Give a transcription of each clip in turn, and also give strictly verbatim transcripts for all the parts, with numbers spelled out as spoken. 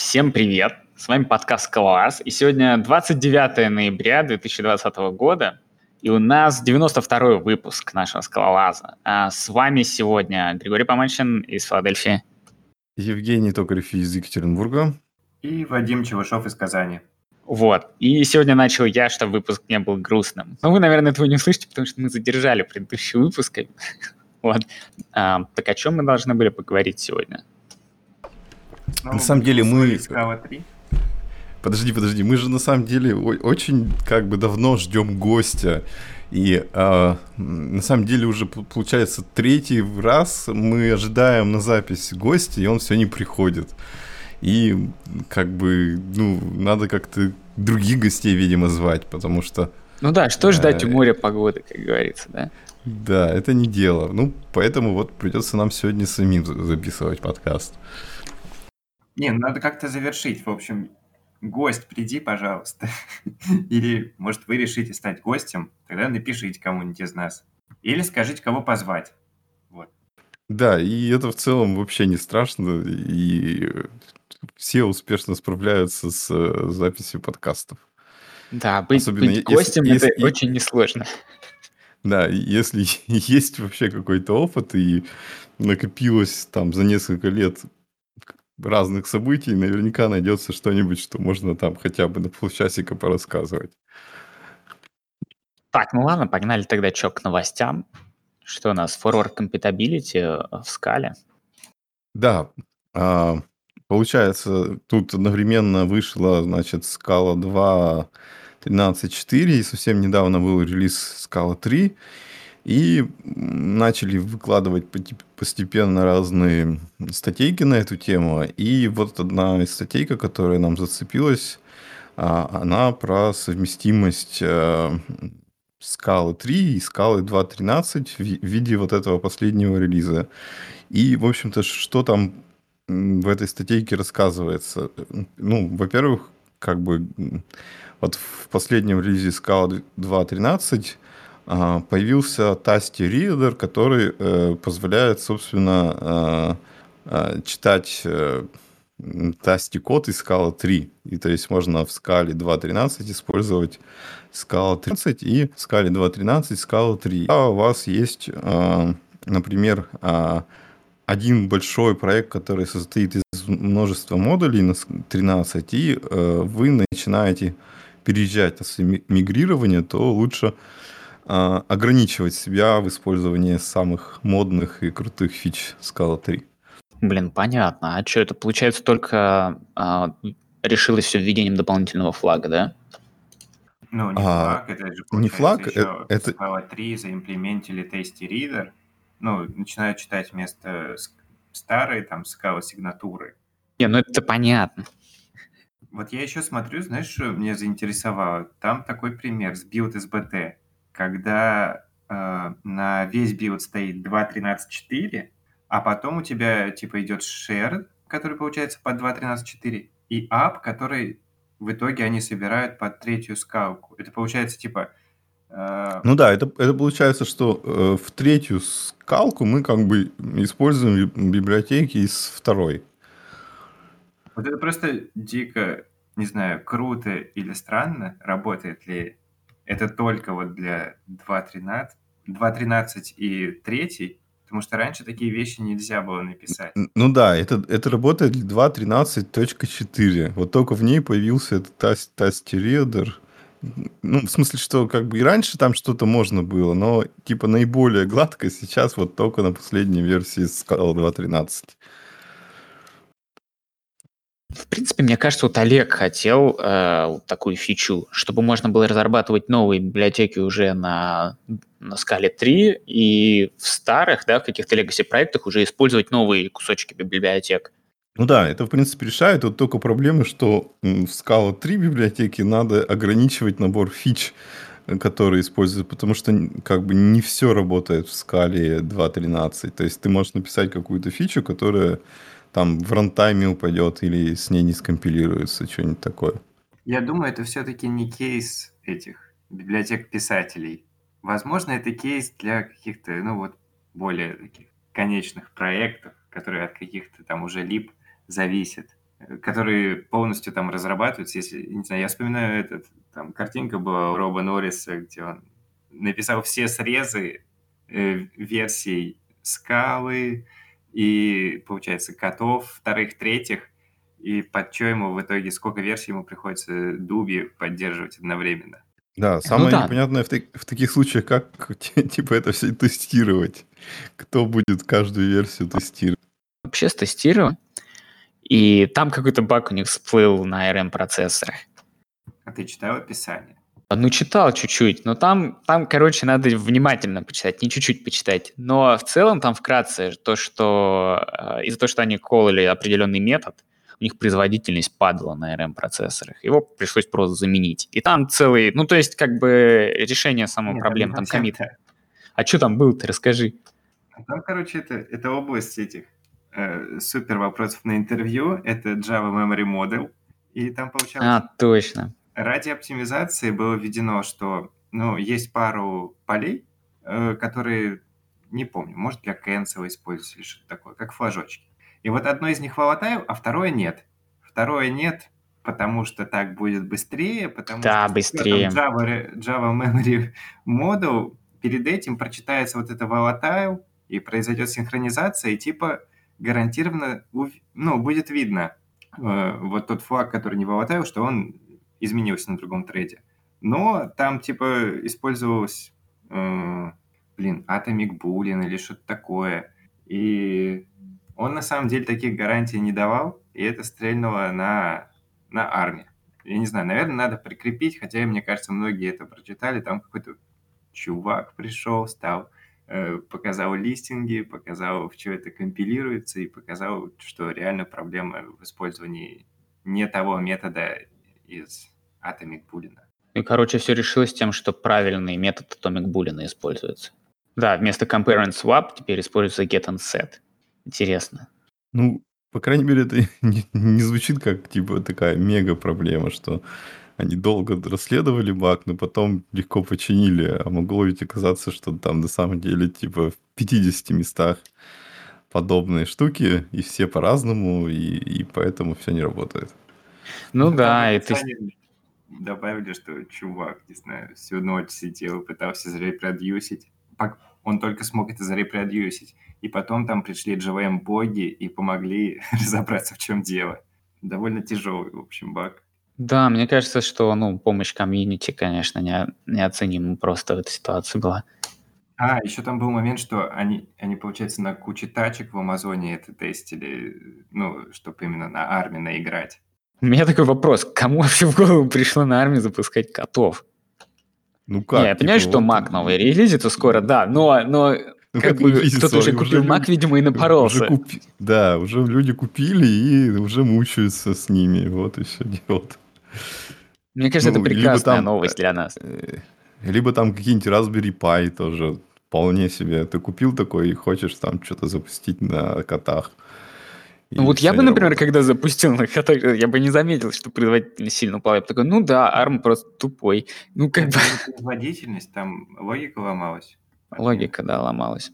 Всем привет! С вами подкаст «Скалолаз», и сегодня двадцать девятое ноября две тысячи двадцатого года, и у нас девяносто второй выпуск нашего «Скалолаза». А с вами сегодня Григорий Поманчин из Филадельфии. Евгений Токарев из Екатеринбурга. И Вадим Чевышов из Казани. Вот. И сегодня начал я, чтобы выпуск не был грустным. Но вы, наверное, этого не услышите, потому что мы задержали предыдущий выпуск. Вот. А, так о чем мы должны были поговорить сегодня? Снова На самом деле мы... Scala три. Подожди, подожди, мы же на самом деле очень как бы давно ждем гостя. И э, на самом деле уже получается третий раз мы ожидаем на запись гостя, и он все не приходит. И как бы, ну, надо как-то других гостей, видимо, звать, потому что... Ну да, что ждать у моря погоды, как говорится, да? Да, это не дело. Ну, поэтому вот придется нам сегодня самим записывать подкаст. Не, ну надо как-то завершить. В общем, гость, приди, пожалуйста. Или, может, вы решите стать гостем, тогда напишите кому-нибудь из нас. Или скажите, кого позвать. Вот. Да, и это в целом вообще не страшно, и все успешно справляются с э, записью подкастов. Да, быть, Особенно быть если- гостем если- это и- очень несложно. Да, и если есть вообще какой-то опыт, и накопилось там за несколько лет разных событий, наверняка найдется что-нибудь, что можно там хотя бы на полчасика порассказывать. Так, ну ладно, погнали тогда чё к новостям. Что у нас? Forward Compatibility в скале. Да, а, получается, тут одновременно вышла, значит, Scala два тринадцать четыре, и совсем недавно был релиз Scala три, и м, начали выкладывать поти- постепенно разные статейки на эту тему, и вот одна из статейка, которая нам зацепилась, а, она про совместимость э, Scala три и Scala два тринадцать в ви- в виде вот этого последнего релиза. И, в общем-то, что там м, в этой статейке рассказывается? Ну, во-первых, как бы м, вот в последнем релизе Scala два тринадцать а, появился Tasty Reader, который э, позволяет, собственно, а, а, читать э, м, Tasty код из Scala три. И то есть можно в Scala два тринадцать использовать Scala тринадцать и в Scala два тринадцать Scala три. А у вас есть, а, например, а, один большой проект, который состоит из множества модулей на тринадцать, и э, вы начинаете переезжать на мигрирование, то лучше э, ограничивать себя в использовании самых модных и крутых фич Scala три. Блин, понятно. А что, это получается только а, решилось все введением дополнительного флага, да? Ну, не А, флаг, это же, не получается, флаг, еще э- это... в Scala три заимплементили Tasty Reader. Ну, начинают читать вместо ск- старой, там, Scala сигнатуры. Не, ну это понятно. Вот я еще смотрю, знаешь, что меня заинтересовало? Там такой пример с build эс би ти, когда э, на весь билд стоит два тринадцать четыре, а потом у тебя типа идет share, который получается под два тринадцать четыре, и app, который в итоге они собирают под третью скалку. Это получается типа... э, Ну да, это, это получается, что э, в третью скалку мы как бы используем би- библиотеки из второй. Вот это просто дико, не знаю, круто или странно, работает ли это только вот для два тринадцать, два тринадцать и три, потому что раньше такие вещи нельзя было написать. Н- Ну да, это, это работает для два тринадцать точка четыре. Вот только в ней появился этот Tast- Tasty Reader. Ну, в смысле, что как бы и раньше там что-то можно было, но типа наиболее гладко сейчас вот только на последней версии Scala два тринадцать. В принципе, мне кажется, вот Олег хотел э, вот такую фичу, чтобы можно было разрабатывать новые библиотеки уже на, на скале три и в старых, да, в каких-то legacy проектах уже использовать новые кусочки библиотек. Ну да, это в принципе решает. Вот только проблема, что м, в Scala три библиотеке надо ограничивать набор фич, э, которые используют, потому что н- как бы не все работает в скале два тринадцать. То есть ты можешь написать какую-то фичу, которая там в рантайме упадет или с ней не скомпилируется, что-нибудь такое. Я думаю, это все-таки не кейс этих библиотек писателей. Возможно, это кейс для каких-то, ну вот, более таких конечных проектов, которые от каких-то там уже лип зависят. которые полностью там разрабатываются. Если, не знаю, я вспоминаю, этот, там картинка была у Роба Норриса, где он написал все срезы э, версий скалы и, получается, котов, вторых, третьих, и под что ему в итоге, сколько версий ему приходится Дуби поддерживать одновременно. Да, Ну самое да, непонятное в, та- в таких случаях, как типа это все тестировать. Кто будет каждую версию тестировать? вообще стестирую, и там какой-то баг у них всплыл на эй ар эм-процессорах. А ты читал описание? Ну, читал чуть-чуть, но там, там, короче, надо внимательно почитать, не чуть-чуть почитать. Но в целом там вкратце то, что э, из-за того, что они кололи определенный метод, у них производительность падала на эй ар эм-процессорах. Его пришлось просто заменить. И там целый, ну, то есть, как бы решение самой Нет, там не проблемы, там совсем коммит. так. А что там было-то, расскажи. А Там, короче, это, это область этих э, супер вопросов на интервью. Это Java Memory Model. И там получалось, А, точно. ради оптимизации было введено, что ну, есть пару полей, э, которые, не помню, может для cancel используются или что-то такое, как флажочки. И вот одно из них volatile, а второе нет. Второе нет, потому что так будет быстрее, потому Да, что с быстрее. учетом Java, Java Memory Model перед этим прочитается вот это volatile, и произойдет синхронизация, и типа гарантированно ув- ну, будет видно э, вот тот флаг, который не volatile, что он изменился на другом трейде. Но там типа использовалось, э, блин, Atomic Boolean или что-то такое. И он на самом деле таких гарантий не давал, и это стрельнуло на, на армии. Я не знаю, наверное, надо прикрепить, хотя, мне кажется, многие это прочитали. Там какой-то чувак пришел, стал, э, показал листинги, показал, в что это компилируется, и показал, что реально проблема в использовании не того метода из Atomic Boolean. И, короче, все решилось тем, что правильный метод Atomic Boolean используется. Да, вместо compare and swap теперь используется get and set. Интересно. Ну, по крайней мере, это не, не звучит как типа такая мега проблема, что они долго расследовали баг, но потом легко починили. А могло ведь оказаться, что там на самом деле типа в пятидесяти местах подобные штуки, и все по-разному, и, и поэтому все не работает. Ну Там в да, и ты... описании добавили, что чувак, не знаю, всю ночь сидел, пытался зарепродюсить. Пок- Он только смог это зарепродюсить. И потом там пришли джей ви эм-боги и помогли разобраться, в чем дело. Довольно тяжелый, в общем, баг. Да, мне кажется, что ну, помощь комьюнити, конечно, не, неоценима просто в этой ситуации была. А, еще там был момент, что они, они, получается, на куче тачек в Амазоне это тестили, ну, чтобы именно на армии наиграть. У меня такой вопрос. Кому вообще в голову пришло на армию запускать котов? Ну Не, как, я понимаю, типа, что вот, Mac новый релизится скоро, да, но, но ну, как как вы бы видите, кто-то уже Славик, купил уже Mac, люди- видимо, и уже напоролся. купи- Да, уже люди купили и уже мучаются с ними, вот и все делают. Мне кажется, Ну, это либо прекрасная там, новость для нас. э, либо там какие-нибудь Raspberry Pi тоже вполне себе. Ты купил такой и хочешь там что-то запустить на котах. Ну И вот я всё бы, не например, работает. когда запустил на котах, я бы не заметил, что производительность сильно упала. Я бы такой, ну да, ARM просто тупой. Ну как бы Это не производительность, там логика ломалась. логика, да, ломалась.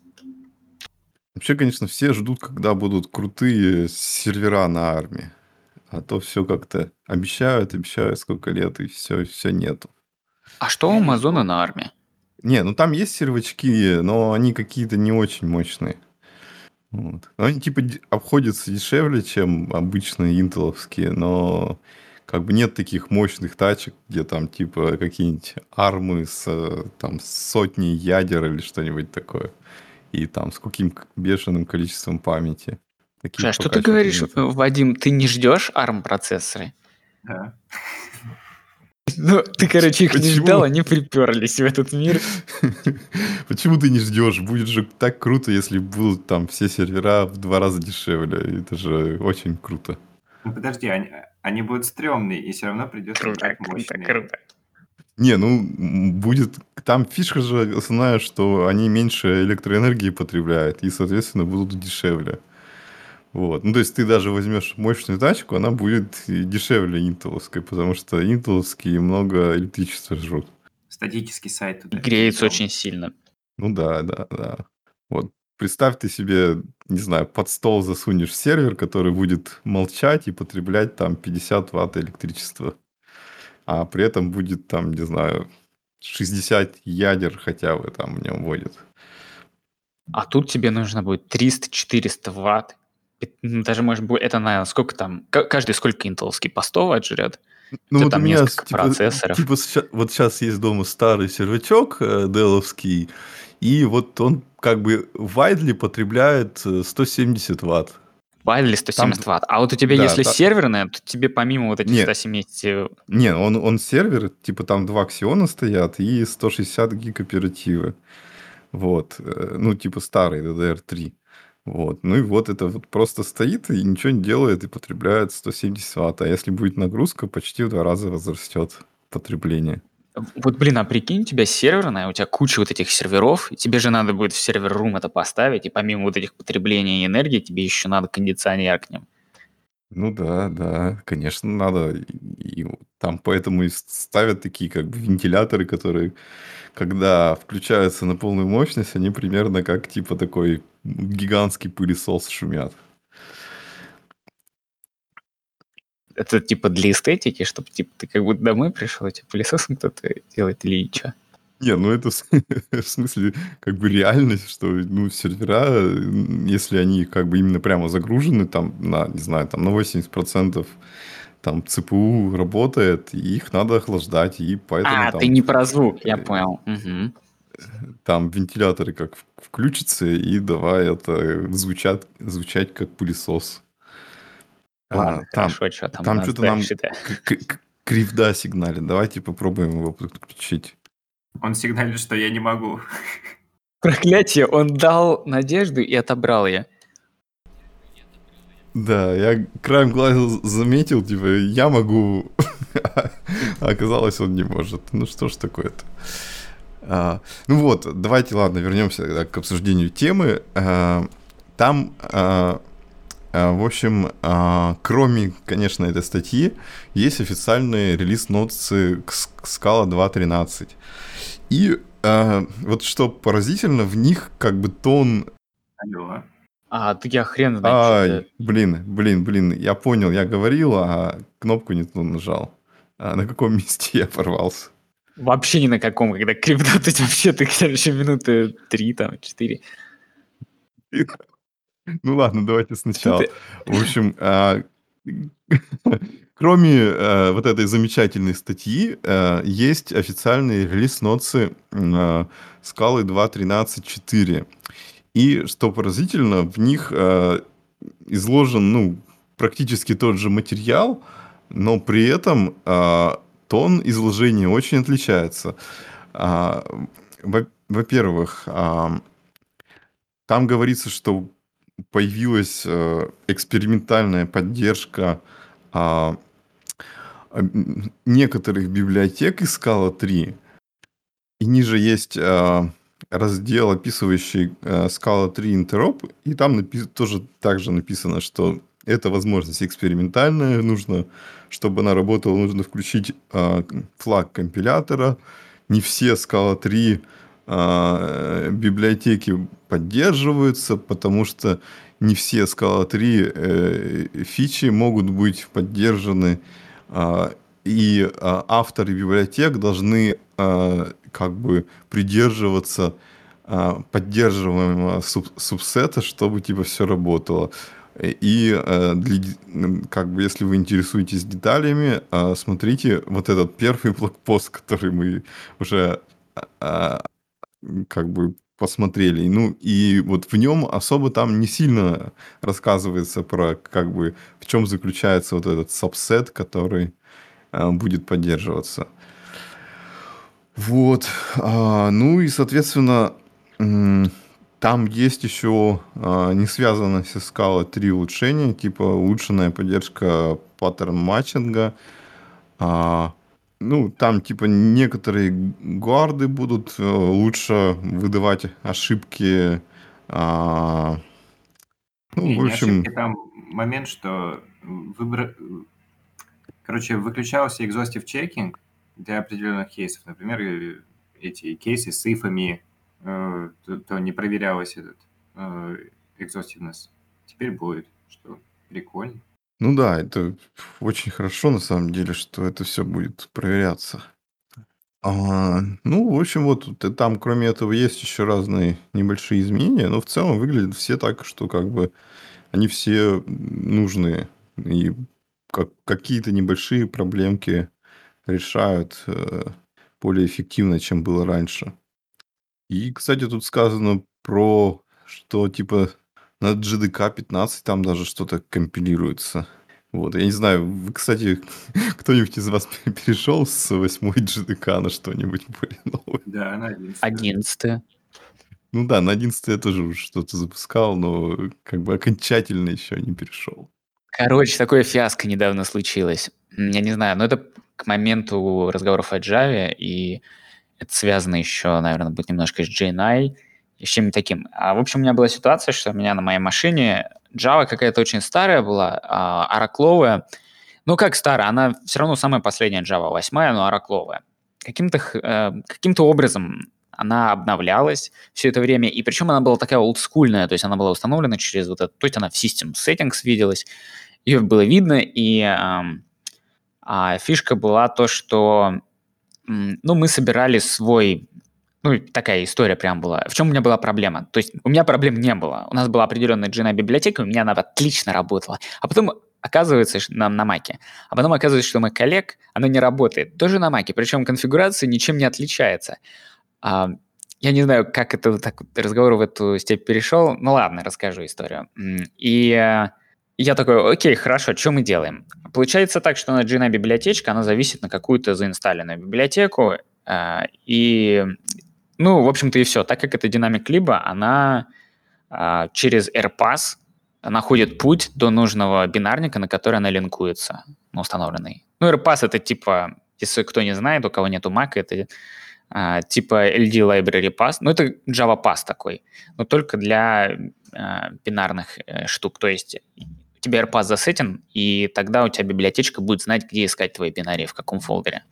Вообще, конечно, все ждут, когда будут крутые сервера на армии. А то все как-то обещают, обещают сколько лет, и все, все нету. А что у Я не Амазона знаю. на армии? Не, ну там есть сервачки, но они какие-то не очень мощные. Вот. Но они типа д- обходятся дешевле, чем обычные интеловские, но как бы нет таких мощных тачек, где там типа какие-нибудь армы с э, там сотней ядер или что-нибудь такое. И там с каким к- бешеным количеством памяти. Слушай, а Таких что пока ты что говоришь, нет. Вадим, ты не ждешь ARM-процессоры? Да. Ну, ты, короче, их не Почему? ждал, они приперлись в этот мир. Почему ты не ждешь? Будет же так круто, если будут там все сервера в два раза дешевле. Это же очень круто. Ну подожди, они, они будут стрёмные, и все равно придется Круто, брать круто, мощные. круто. Не, ну, м, будет... Там фишка же основная, что они меньше электроэнергии потребляют, и, соответственно, будут дешевле. Вот. Ну, то есть, ты даже возьмешь мощную тачку, она будет и дешевле интеловской, потому что интеловские много электричества жрут. Статический сайт И туда греется перевел. очень сильно. Ну да, да, да. Вот. В представь, ты себе, не знаю, под стол засунешь сервер, который будет молчать и потреблять там пятьдесят ватт электричества. А при этом будет там, не знаю, шестьдесят ядер хотя бы там в нем водит. А тут тебе нужно будет триста-четыреста ватт. Пи- ну, Даже, может быть, это на сколько там... к- Каждый сколько интеловский? По сто ватт жрет? У Ну тебя вот у там меня с- несколько типа, процессоров. типа ща- вот сейчас есть дома старый сервачок э, деловский, и вот он как бы widely потребляет э, сто семьдесят ватт. Байдли Там, д- сто семьдесят ватт. А вот у тебя, да, если та- серверная, то тебе помимо вот этих не, ста семидесяти... не, он, он сервер, типа там два Xeon стоят и сто шестьдесят гиг оперативы. Вот, э, ну типа старый ди ди ар три. Вот, ну и вот это вот просто стоит и ничего не делает и потребляет сто семьдесят ватт. А если будет нагрузка, почти в два раза возрастет потребление. Вот, блин, а прикинь, у тебя серверная, у тебя куча вот этих серверов, и тебе же надо будет в сервер-рум это поставить, и помимо вот этих потреблений энергии, тебе еще надо кондиционер к ним. Ну да, да, конечно, надо. И, и вот там поэтому и с- ставят такие как бы вентиляторы, которые, когда включаются на полную мощность, они примерно как типа такой гигантский пылесос шумят. Это типа для эстетики, чтобы типа ты как будто домой пришел, и тебе пылесосом кто-то делает или что? Не, ну это в с- в смысле как бы реальность, что ну сервера, м, если они как бы именно прямо загружены там на, не знаю, там на восемьдесят процентов там ЦПУ работает, и их надо охлаждать, и поэтому А, ты там не про звук, я э, понял. Мгм. там вентиляторы как в- включатся, и давай это звучат, звучать как пылесос. А, Ладно, там, хорошо, что там у там нас что-то нам дальше-то? к- к- к- кривда сигналит. Давайте попробуем его подключить. Он сигналит, что я не могу. Проклятие, он дал надежду и отобрал ее. Да, я краем глаза заметил, типа, я могу, а оказалось, он не может. Ну что ж такое-то? А, ну вот, давайте, ладно, вернемся тогда к обсуждению темы. А, там, а, а, в общем, а, кроме, конечно, этой статьи, есть официальные релиз-ноутсы к С- к Scala два точка тринадцать. И а, вот что поразительно, в них как бы тон... Алло. А, ты я хрен знает, Ай, что-то... блин, блин, блин, я понял, я говорил, а кнопку не ту нажал. А на каком месте я порвался? Вообще ни на каком, когда криптотать вообще ты еще минуты три, там, четыре. Ну ладно, давайте Что сначала. ты? В общем, а, кроме э, вот этой замечательной статьи, э, есть официальные релиз-ноутсы э, Scala два точка тринадцать точка четыре. И, что поразительно, в них э, изложен, ну, практически тот же материал, но при этом э, тон изложения очень отличается. А, во- Во-первых, а, там говорится, что появилась э, экспериментальная поддержка а, а, м, некоторых библиотек из Scala три. И ниже есть а, раздел, описывающий а, Scala три Interop, и там напи- тоже также написано, что эта возможность экспериментальная, нужно, чтобы она работала, нужно включить а, флаг компилятора. Не все Scala три а, библиотеки поддерживаются, потому что не все Scala три э, фичи могут быть поддержаны, а, и а, авторы библиотек должны а, как бы придерживаться а, поддерживаемого суб- субсета, чтобы типа все работало. И э, для д- м, как бы если вы интересуетесь деталями, а, смотрите вот этот первый блокпост, который мы уже а, как бы посмотрели. Ну, и вот в нем особо там не сильно рассказывается про как бы в чем заключается вот этот сабсет, который а, будет поддерживаться. Вот. А, ну и, соответственно, м, там есть еще а, не связанное со Scala три улучшения, типа улучшенная поддержка паттерн матчинга. А, ну, там типа некоторые гарды будут э, лучше выдавать ошибки. А, ну, Не, в не общем, ошибки, там момент, что выбор... Короче, выключался exhaustive checking для определенных кейсов. Например, э, эти кейсы с ифами, э, то, то не проверялось этот э, exhaustiveness. Теперь будет, что прикольно. Ну да, это очень хорошо на самом деле, что это все будет проверяться. А, ну, в общем, вот т- там, кроме этого, есть еще разные небольшие изменения, но в целом выглядят все так, что как бы они все нужные и как, какие-то небольшие проблемки решают э, более эффективно, чем было раньше. И, кстати, тут сказано про, что типа на джи ди кей пятнадцать там даже что-то компилируется. Вот, я не знаю, вы, кстати, кто-нибудь из вас перешел с восьмой джи ди кей на что-нибудь более новое? Да, на одиннадцать. Одиннадцатое. Ну да, на одиннадцатый я тоже уже что-то запускал, но как бы окончательно еще не перешел. Короче, такое фиаско недавно случилось. М, Я не знаю, но это к моменту разговоров о Java, и это связано еще, наверное, будет немножко с джей эн ай и с чем-нибудь таким. А, в общем, у меня была ситуация, что у меня на моей машине Java какая-то очень старая была, а, оракловая. Ну, как старая, она все равно самая последняя Java, восьмая, но оракловая. Каким-то, х- э, каким-то образом она обновлялась все это время, и причем она была такая олдскульная, то есть она была установлена через вот это, то есть она в System Settings виделась, ее было видно, и ам, а фишка была то, что м, ну, мы собирали свой, ну, такая история прям была. В чем у меня была проблема? То есть у меня проблем не было. У нас была определенная джи эн ай-библиотека, у меня она отлично работала. А потом оказывается, что на, на Маке. А потом оказывается, что мой коллег, она не работает. Тоже на Маке. Причем конфигурация ничем не отличается. А, я не знаю, как это вот так вот разговор в эту степь перешел. Ну ладно, расскажу историю. М, И э, я такой, окей, хорошо, что мы делаем? Получается так, что на джи эн ай-библиотечка, она зависит на какую-то заинсталленную библиотеку, а, и, ну, в общем-то, и все. Так как это динамик либо, она а, через AirPass находит путь до нужного бинарника, на который она линкуется, ну, установленный. Ну, AirPass — это типа, если кто не знает, у кого нету Mac, это а, типа эл ди Library Pass. Ну, это Java Pass такой, но только для а, бинарных э, штук. То есть у тебя AirPass засетен, и тогда у тебя библиотечка будет знать, где искать твои бинарии, в каком фолдере.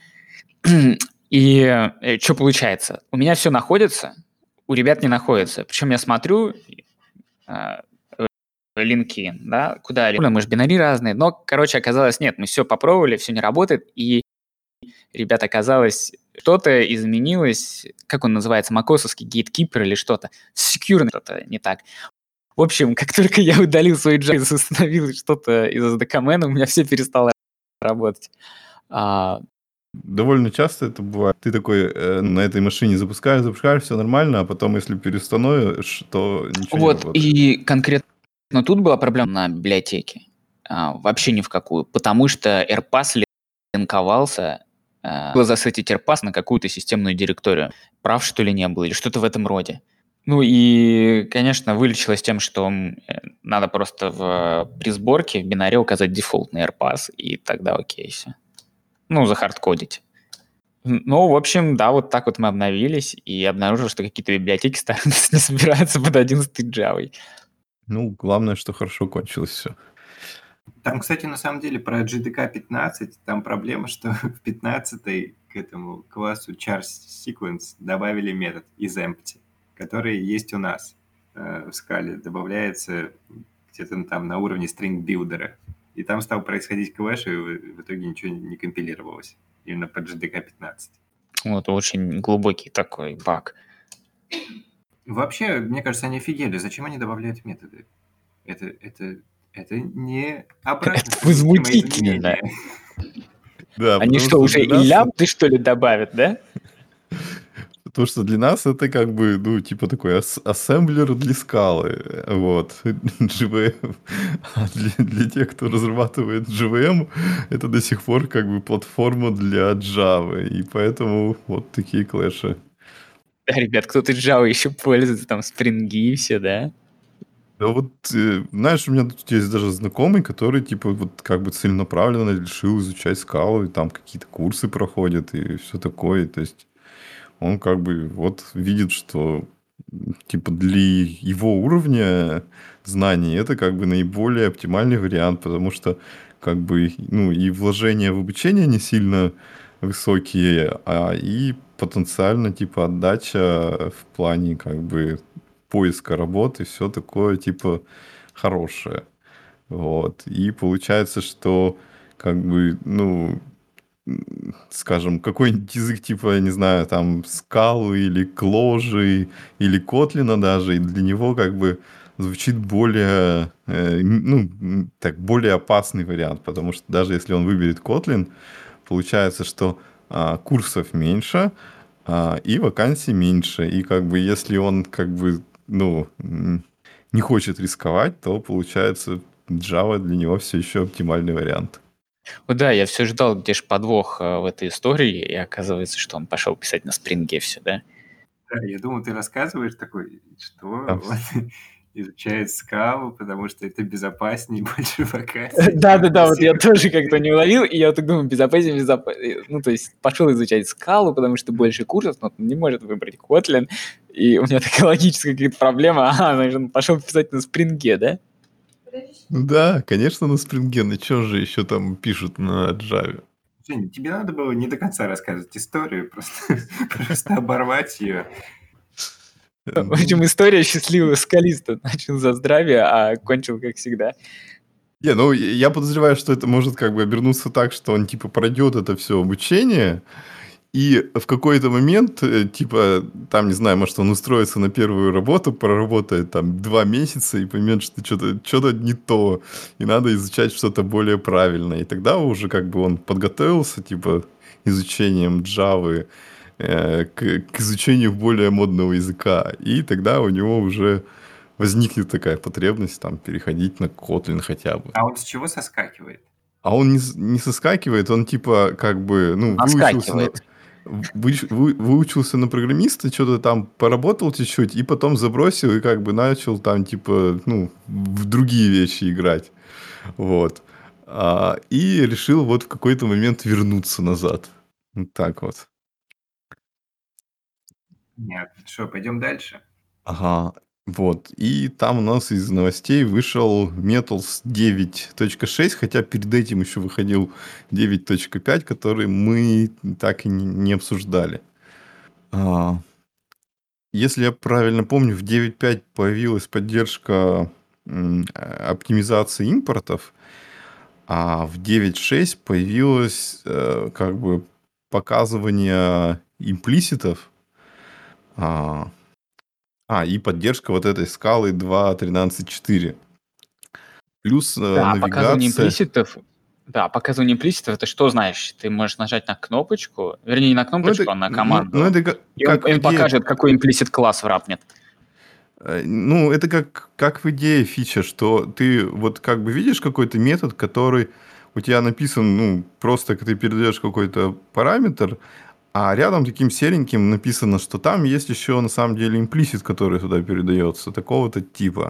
И э, что получается? У меня все находится, у ребят не находится. Причем я смотрю э, линки, да, куда ли- мы же бинари разные, но, короче, оказалось, нет, мы все попробовали, все не работает, и ребят, оказалось, что-то изменилось, как он называется, макосовский гейткипер или что-то, security что-то не так. В общем, как только я удалил свой Java и установил что-то из эс ди кей-мена, у меня все перестало работать. А, Довольно часто это бывает. Ты такой э, на этой машине запускаешь, запускаешь, все нормально, а потом, если переустановишь, то ничего не вот, работает. и конкретно тут была проблема на библиотеке. А, вообще ни в какую, потому что AirPass линковался, а, было засетить AirPass на какую-то системную директорию. Прав, что ли, не было, или что-то в этом роде. Ну и, конечно, вылечилось тем, что м, э, надо просто в, при сборке в бинаре указать дефолтный AirPass, и тогда окей все. Ну, захардкодить. Н- Ну, в общем, да, вот так вот мы обновились и обнаружили, что какие-то библиотеки старые не собираются под одиннадцатой Java. Ну, главное, что хорошо кончилось все. Там, кстати, на самом деле про джи ди кей пятнадцать, там проблема, что в пятнадцатой к этому классу char sequence добавили метод isEmpty, который есть у нас э, в скале, добавляется где-то там на уровне string builder. И там стал происходить клэш, и в в итоге ничего не компилировалось. Именно по джи ди кей пятнадцать. Вот очень глубокий такой баг. Вообще, мне кажется, они офигели. Зачем они добавляют методы? Это, это, это не обратно Это совместимое возмутительно. изменение. Да, Они потому что, что уже для и нас, лямбды, что ли, добавят, да? потому что для нас это как бы, ну, типа такой ас- ассемблер для скалы, э, вот, джи ви эм. А для, для тех, кто разрабатывает джи ви эм, это до сих пор как бы платформа для Java, и поэтому вот такие клэши. Да, ребят, кто-то Java еще пользуется, там, спринги и все, да? Да вот, э, знаешь, у меня тут есть даже знакомый, который, типа, вот как бы целенаправленно решил изучать скалу, и там какие-то курсы проходят, и все такое. То есть он как бы вот видит, что м, типа для его уровня знаний это как бы наиболее оптимальный вариант, потому что как бы, ну, и вложения в обучение не сильно высокие, а и потенциально, типа, отдача в плане, как бы, поиска работы, все такое, типа, хорошее. Вот. И получается, что, как бы, ну, м, скажем, какой-нибудь язык, типа, я не знаю, там, скалы или кложи, или котлина даже, и для него, как бы, звучит более, э, м, ну, м, так, более опасный вариант, потому что даже если он выберет Kotlin, получается, что а, курсов меньше, а, и вакансий меньше. И как бы если он как бы, ну, м, не хочет рисковать, то получается Java для него все еще оптимальный вариант. Ну да, я все ждал, где же подвох э, в этой истории, и оказывается, что он пошел писать на спринге все, да? Да, я думал, ты рассказываешь такой, что Там он изучает скалу, потому что это безопаснее, больше вакансий, чем Да-да-да, вот я C++. тоже как-то не уловил, и я так думаю, безопаснее, безопаснее. Ну, то есть пошел изучать скалу, потому что больше курсов, но он не может выбрать Kotlin, и у меня такая логическая какая-то проблема, ага, значит, он пошел писать на спринге, да? Да, конечно, на спринге. На чем же еще там пишут на Java? Жень, тебе надо было не до конца рассказывать историю, просто, просто оборвать ее. В общем, Ну, история счастливого скалиста. Начал за здравие, а кончил как всегда. не, ну, я подозреваю, что это может как бы обернуться так, что он типа пройдет это все обучение, и в какой-то момент, э, типа, там, не знаю, может, он устроится на первую работу, проработает там два месяца и поймет, что что-то что не то, и надо изучать что-то более правильное. И тогда уже как бы он подготовился, типа, изучением Java э, к, к изучению более модного языка. И тогда у него уже возникнет такая потребность там переходить на Kotlin хотя бы. А он с чего соскакивает? А он не, с- не соскакивает, он типа как бы, ну, выучился на, Наскакивает. выч- вы- выучился на программиста, что-то там поработал чуть-чуть, и потом забросил, и как бы начал там типа, ну, в другие вещи играть. Вот. А, и решил вот в какой-то момент вернуться назад. Вот так вот. Нет, что, пойдем дальше? Ага. Вот. И там у нас из новостей вышел Metals девять точка шесть, хотя перед этим еще выходил девять точка пять, который мы так и не не обсуждали. А, Если я правильно помню, в девять точка пять появилась поддержка м, а, оптимизации импортов, а в девять точка шесть появилось э, как бы показывание имплиситов, а, а, и поддержка вот этой скалы два точка тринадцать четыре. Плюс э, Да, показывание навигация. имплиситов. Да, показывание имплиситов это что значит? Ты можешь нажать на кнопочку, вернее, не на Ну, это, кнопочку, а на ну, ну, команду, это ка- и он, как в он идее. покажет, какой имплисит класс врапнет. Э, Ну, это как, как в идее фича, что ты вот как бы видишь какой-то метод, который у тебя написан, ну, просто ты передаешь какой-то параметр, а рядом таким сереньким написано, что там есть еще на самом деле имплисит, который туда передается, такого-то типа.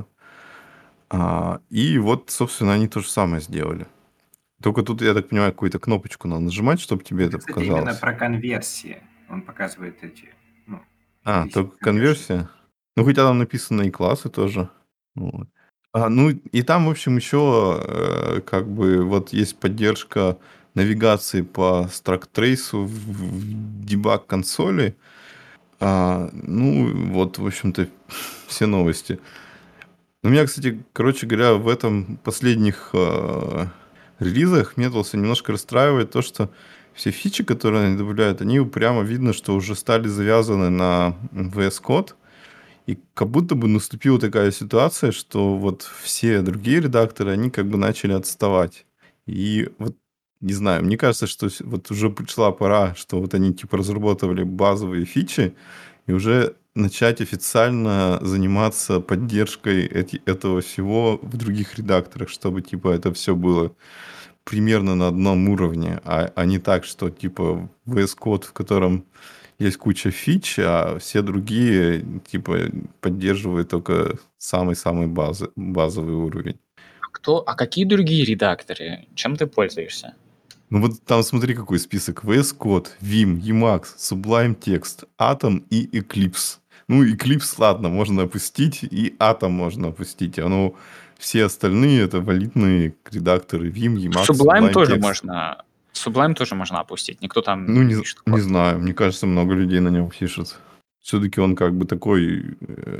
А, и вот, собственно, они то же самое сделали. Только тут, я так понимаю, какую-то кнопочку надо нажимать, чтобы тебе Это, это кстати, именно показалось. про конверсии. Он показывает эти, ну, А, implicit только conversion. конверсия. Ну, хотя там написано и классы тоже. Вот. А, ну, и там, в общем, еще э, как бы вот есть поддержка навигации по страктрейсу в, в дебаг консоли. А, ну, вот, в общем-то, все новости. Ну, меня, кстати, короче говоря, в этом последних э, релизах Metals немножко расстраивает то, что все фичи, которые они добавляют, они прямо видно, что уже стали завязаны на ви эс Code. И как будто бы наступила такая ситуация, что вот все другие редакторы, они как бы начали отставать. И вот, не знаю, мне кажется, что с- вот уже пришла пора, что вот они типа разработали базовые фичи, и уже начать официально заниматься поддержкой эти, этого всего в других редакторах, чтобы типа это все было примерно на одном уровне, а, а не так, что типа ви эс Code, в котором есть куча фич, а все другие типа поддерживают только самый-самый базы, базовый уровень. Кто? А какие другие редакторы? Чем ты пользуешься? Ну вот там смотри, какой список. ви эс Code, Vim, Emacs, Sublime Text, Atom и Eclipse. Ну, Eclipse, ладно, можно опустить, и Atom можно опустить. А ну, все остальные это валидные редакторы Vim, Emacs, Sublime Sublime тоже Text. можно. Sublime тоже можно опустить. Никто там Ну, не не, пишет не код. знаю. Мне кажется, много людей на нем пишет. Все-таки он как бы такой, э,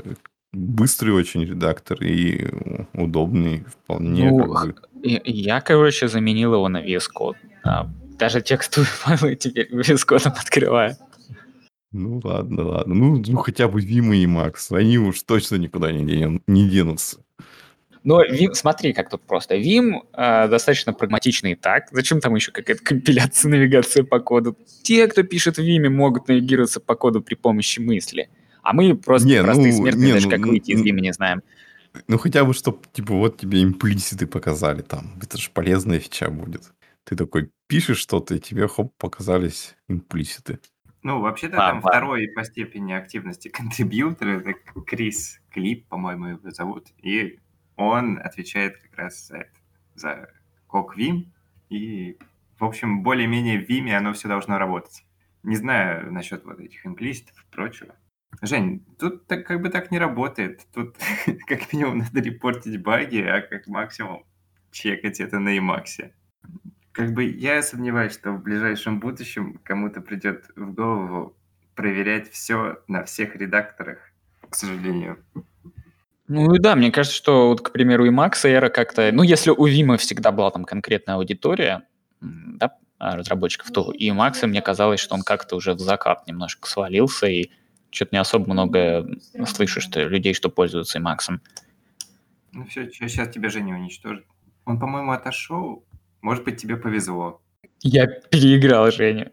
быстрый очень редактор и удобный, вполне Ну, как х- бы. и- я, короче, заменил его на ви эс Code. А, даже текстовые файлы теперь ви эс Code открываю. Ну ладно, ладно. Ну, ну хотя бы Vim и Emacs. Они уж точно никуда не, ден- не денутся. Но Vim, смотри, как тут просто. Vim э, достаточно прагматичный и так. Зачем там еще какая-то компиляция, навигация по коду? Те, кто пишет в Vim, могут навигироваться по коду при помощи мысли. А мы просто Не, простые ну, смертные, не, даже ну, как н- выйти из н- Vim не знаем. ну хотя бы, чтобы, типа, вот тебе имплиситы показали там. Это же полезная фича будет. Ты такой пишешь что-то, и тебе, хоп, показались имплиситы. Ну, вообще-то Ладно, там ладно. второй по степени активности контрибьютор, это Крис Клип, по-моему, его зовут, и он отвечает как раз за это, за Коквим, и, в общем, более-менее в Виме оно все должно работать. Не знаю насчет вот этих имплиситов и прочего. Жень, тут так, как бы так не работает. Тут как минимум надо репортить баги, а как максимум чекать это на Emacs. Как бы я сомневаюсь, что в ближайшем будущем кому-то придет в голову проверять все на всех редакторах, к сожалению. Ну и да, мне кажется, что вот, к примеру, и Max Era как-то... Ну, если у Vim всегда была там конкретная аудитория, м, да, а, разработчиков, то и Max, мне казалось, что он как-то уже в закат немножко свалился, и что-то не особо много слышу, что людей, что пользуются и Max. Ну все, сейчас тебя Женя уничтожит. Он, по-моему, отошел. Может быть, тебе повезло. Я переиграл Женю.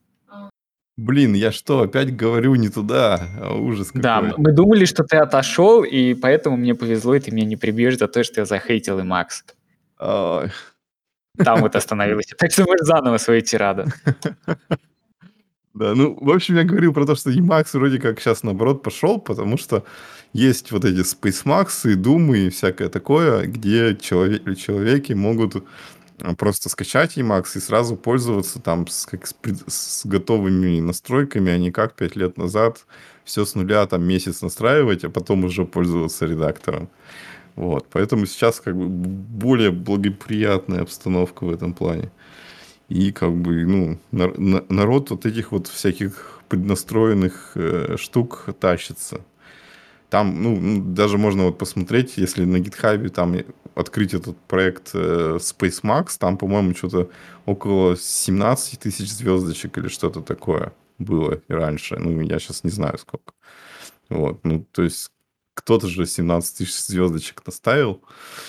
Блин, я что, опять говорю не туда? А, ужас Да, какой. мы думали, что ты отошел, и поэтому мне повезло, и ты меня не прибьешь за то, что я захейтил и Max. Ай. Там вот остановилось. Так что можешь заново свою тираду. Да, ну, в общем, я говорил про то, что Emacs вроде как сейчас наоборот пошел, потому что есть вот эти SpaceMax и Doom и всякое такое, где человек, человеки могут а, просто скачать Emacs и сразу пользоваться там с, как с, пред- с готовыми настройками, а не как пять лет назад все с нуля там месяц настраивать, а потом уже пользоваться редактором. Вот, поэтому сейчас как бы более благоприятная обстановка в этом плане. И как бы, ну, на- на- народ вот этих вот всяких преднастроенных э, штук тащится. Там, ну, ну, даже можно вот посмотреть, если на GitHub там и- открыть этот проект э, SpaceMax, там, по-моему, что-то около семнадцать тысяч звездочек или что-то такое было и раньше. Ну, я сейчас не знаю сколько. Вот, ну, то есть кто-то же семнадцать тысяч звездочек наставил.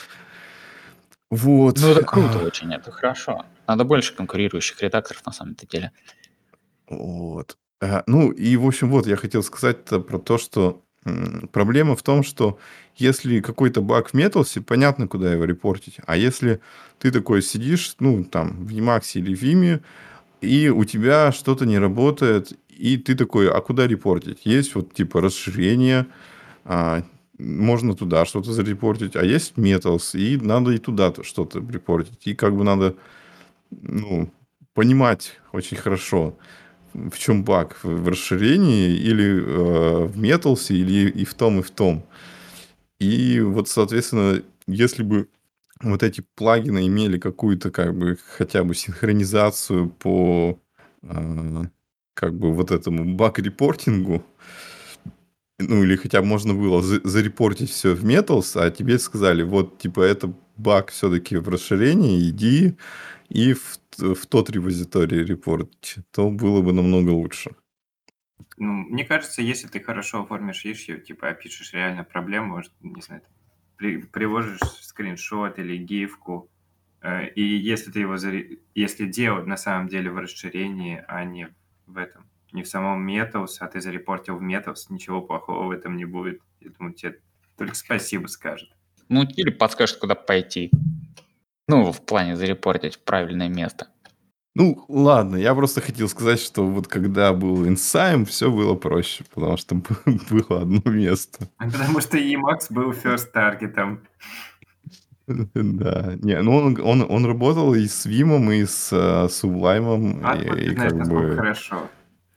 Вот. Ну, это круто а, очень, это хорошо. Надо больше конкурирующих редакторов на самом-то деле. Вот. А, ну, и, в общем, вот я хотел сказать-то про то, что м, проблема в том, что если какой-то баг в Металсе, понятно, куда его репортить. А если ты такой сидишь, ну, там, в Emacs или в Vim, и у тебя что-то не работает, и ты такой, а куда репортить? Есть вот, типа, расширение, а, можно туда что-то зарепортить, а есть Metals, и надо и туда что-то репортить. И как бы надо, ну, понимать очень хорошо, в чем баг? В расширении или э, в Metals, или и в том, и в том. И вот, соответственно, если бы вот эти плагины имели какую-то как бы хотя бы синхронизацию по э, как бы вот этому баг-репортингу, ну или хотя бы можно было за- зарепортить все в Metals, а тебе сказали, вот типа это баг все-таки в расширении, иди и в, т- в тот репозиторий репорт, то было бы намного лучше. Ну, мне кажется, если ты хорошо оформишь issue, типа опишешь реально проблему, может, не знаю, там, при, приложишь скриншот или гифку, э, и если ты его заре- если дело на самом деле в расширении, а не в этом, не в самом Metals, а ты зарепортил в Metals, ничего плохого в этом не будет. Я думаю, тебе только спасибо скажет. Ну, или подскажет, куда пойти. Ну, в плане зарепортить в правильное место. Ну, ладно, я просто хотел сказать, что вот когда был Инсайм, все было проще, потому что б- было одно место. Потому что Emacs был first таргетом. Да, не, ну он, он, он работал и с Вимом, и с э, Sublime, Откуда и, ты и знаешь, как насколько бы... хорошо?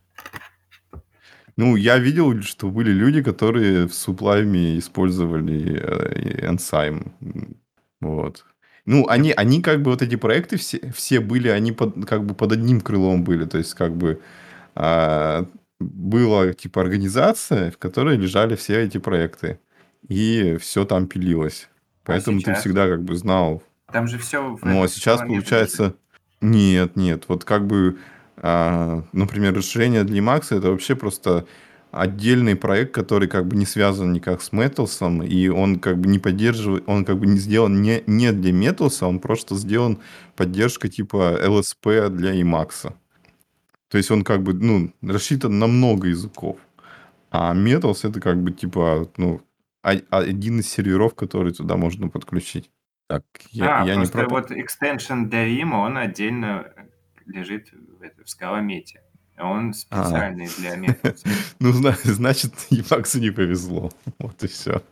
Ну, я видел, что были люди, которые в Sublime использовали э, Enzyme. Вот. Ну, Я они, они как бы вот эти проекты все, все были, они под, как бы под одним крылом были. То есть, как бы а, была типа организация, в которой лежали все эти проекты. и все там пилилось. Поэтому а ты всегда как бы знал. Там же все... Ну, а сейчас получается... Нет, нет. Вот как бы, а, например, расширение для Emacs это вообще просто отдельный проект, который как бы не связан никак с Metals, и он как бы не поддерживает, он как бы не сделан не, не для Metals, он просто сделан поддержка типа эл эс пи для Emacs. То есть он как бы, ну, рассчитан на много языков. А Metals это как бы типа, ну, один из серверов, который туда можно подключить. Так, я, а, я просто не пропал... вот экстеншн для Рима, он отдельно лежит в, это, в Scala-Mate. Он специальный а. для Metals. Ну, значит, Emacs не повезло. Вот и все.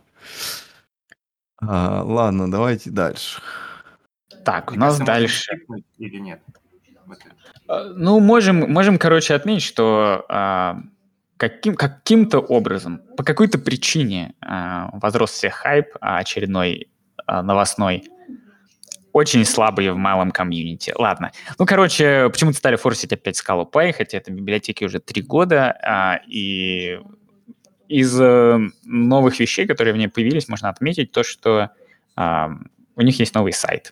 А, ладно, давайте дальше. Так, у нас дальше. Или нет? Ну, можем, можем, короче, отметить, что а, каким, каким-то образом, по какой-то причине а, возрос все хайп очередной а, новостной, очень слабые в малом комьюнити. Ладно. Ну, короче, почему-то стали форсить опять Scala Py, хотя это библиотеки уже три года, а, и из а, новых вещей, которые в ней появились, можно отметить то, что а, у них есть новый сайт.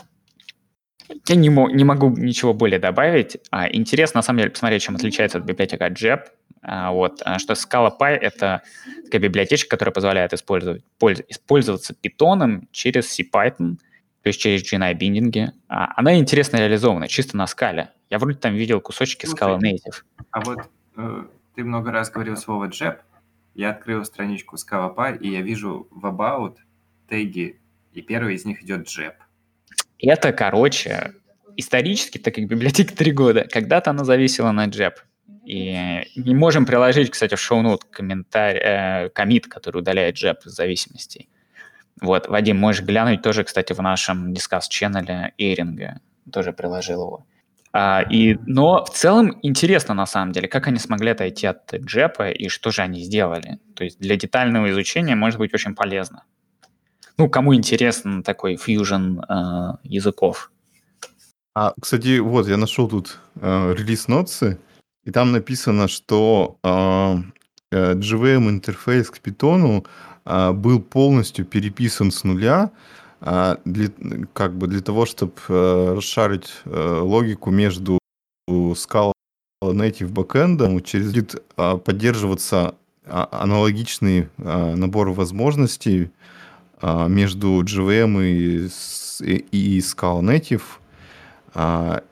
Я не, мо- не могу ничего более добавить. А, интересно, на самом деле, посмотреть, чем отличается от библиотека джеб. А, вот, а, что Scala Py — это такая библиотечка, которая позволяет использовать, польз- использоваться питоном через CPython, то есть через джи эн ай-биндинги. А, она интересно реализована, чисто на скале. Я вроде там видел кусочки Scala Native. А вот э, ты много раз говорил слово джеб. Я открыл страничку Scala Py, и я вижу в About теги, и первый из них идет джеб. Это, короче, исторически, так как библиотека три года, когда-то она зависела на джеб. И не можем приложить, кстати, в шоу-нот комментарий, э, коммит, который удаляет джеб из зависимостей. Вот, Вадим, можешь глянуть тоже, кстати, в нашем дискасс-ченнеле Эйринга. Тоже приложил его. А, и, но в целом интересно, на самом деле, как они смогли отойти от джепа и что же они сделали. То есть для детального изучения может быть очень полезно. Ну, кому интересен такой фьюжн э, языков. А, кстати, вот, я нашел тут э, релиз-нотсы, и там написано, что э, э, джи ви эм-интерфейс к Python э, был полностью переписан с нуля, э, для, как бы для того, чтобы э, расшарить э, логику между Scala Native бэкэндом, через будет э, поддерживаться э, аналогичный э, набор возможностей э, между джи ви эм и, и, и Scala Native. А,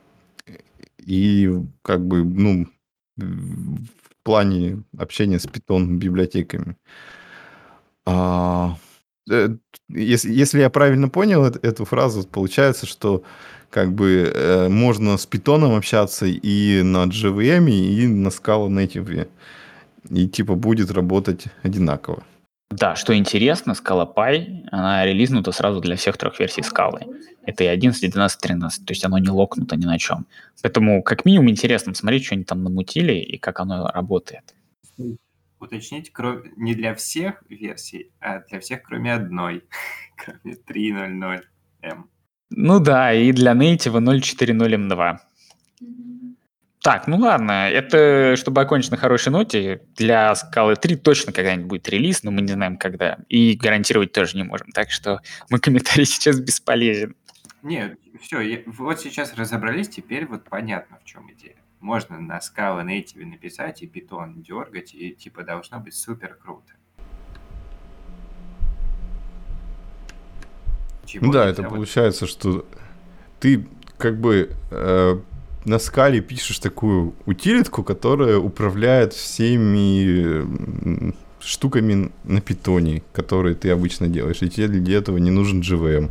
и как бы, ну, в плане общения с Python библиотеками. А, если, если я правильно понял эту, эту фразу, получается, что как бы э, можно с Python общаться и на джи ви эм, и на Scala Native. И типа будет работать одинаково. Да, что интересно, Scala Py, она релизнута сразу для всех трех версий Scala. Это и одиннадцать, двенадцать, тринадцать. То есть оно не локнуто ни на чем. Поэтому как минимум интересно смотреть, что они там намутили и как оно работает. Уточнить, кроме, не для всех версий, а для всех, кроме одной. Кроме три ноль ноль эм. Ну да, и для Native ноль четыре ноль эм два. Так, ну ладно, это чтобы окончить на хорошей ноте, для Scala три точно когда-нибудь будет релиз, но мы не знаем когда, и гарантировать тоже не можем, так что мой комментарий сейчас бесполезен. Нет, все, я, вот сейчас разобрались, теперь вот понятно, в чем идея. Можно на Scala Native написать и Python дергать, и типа должно быть супер круто. Чего ну да, это вот... получается, что ты как бы... Э... на скале пишешь такую утилитку, которая управляет всеми штуками на питоне, которые ты обычно делаешь. И тебе для этого не нужен джи ви эм.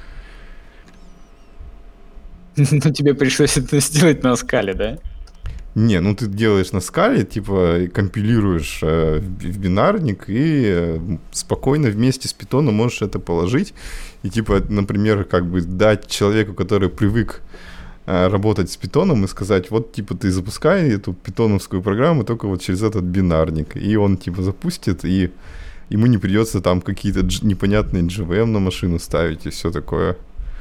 Ну, тебе пришлось это сделать на скале, да? Не, ну ты делаешь на скале, типа компилируешь э, в бинарник и э, спокойно вместе с питоном можешь это положить. И типа, например, как бы дать человеку, который привык работать с питоном и сказать, вот, типа, ты запускай эту питоновскую программу только вот через этот бинарник. И он, типа, запустит, и ему не придется там какие-то дж- непонятные джи ви эм на машину ставить и все такое.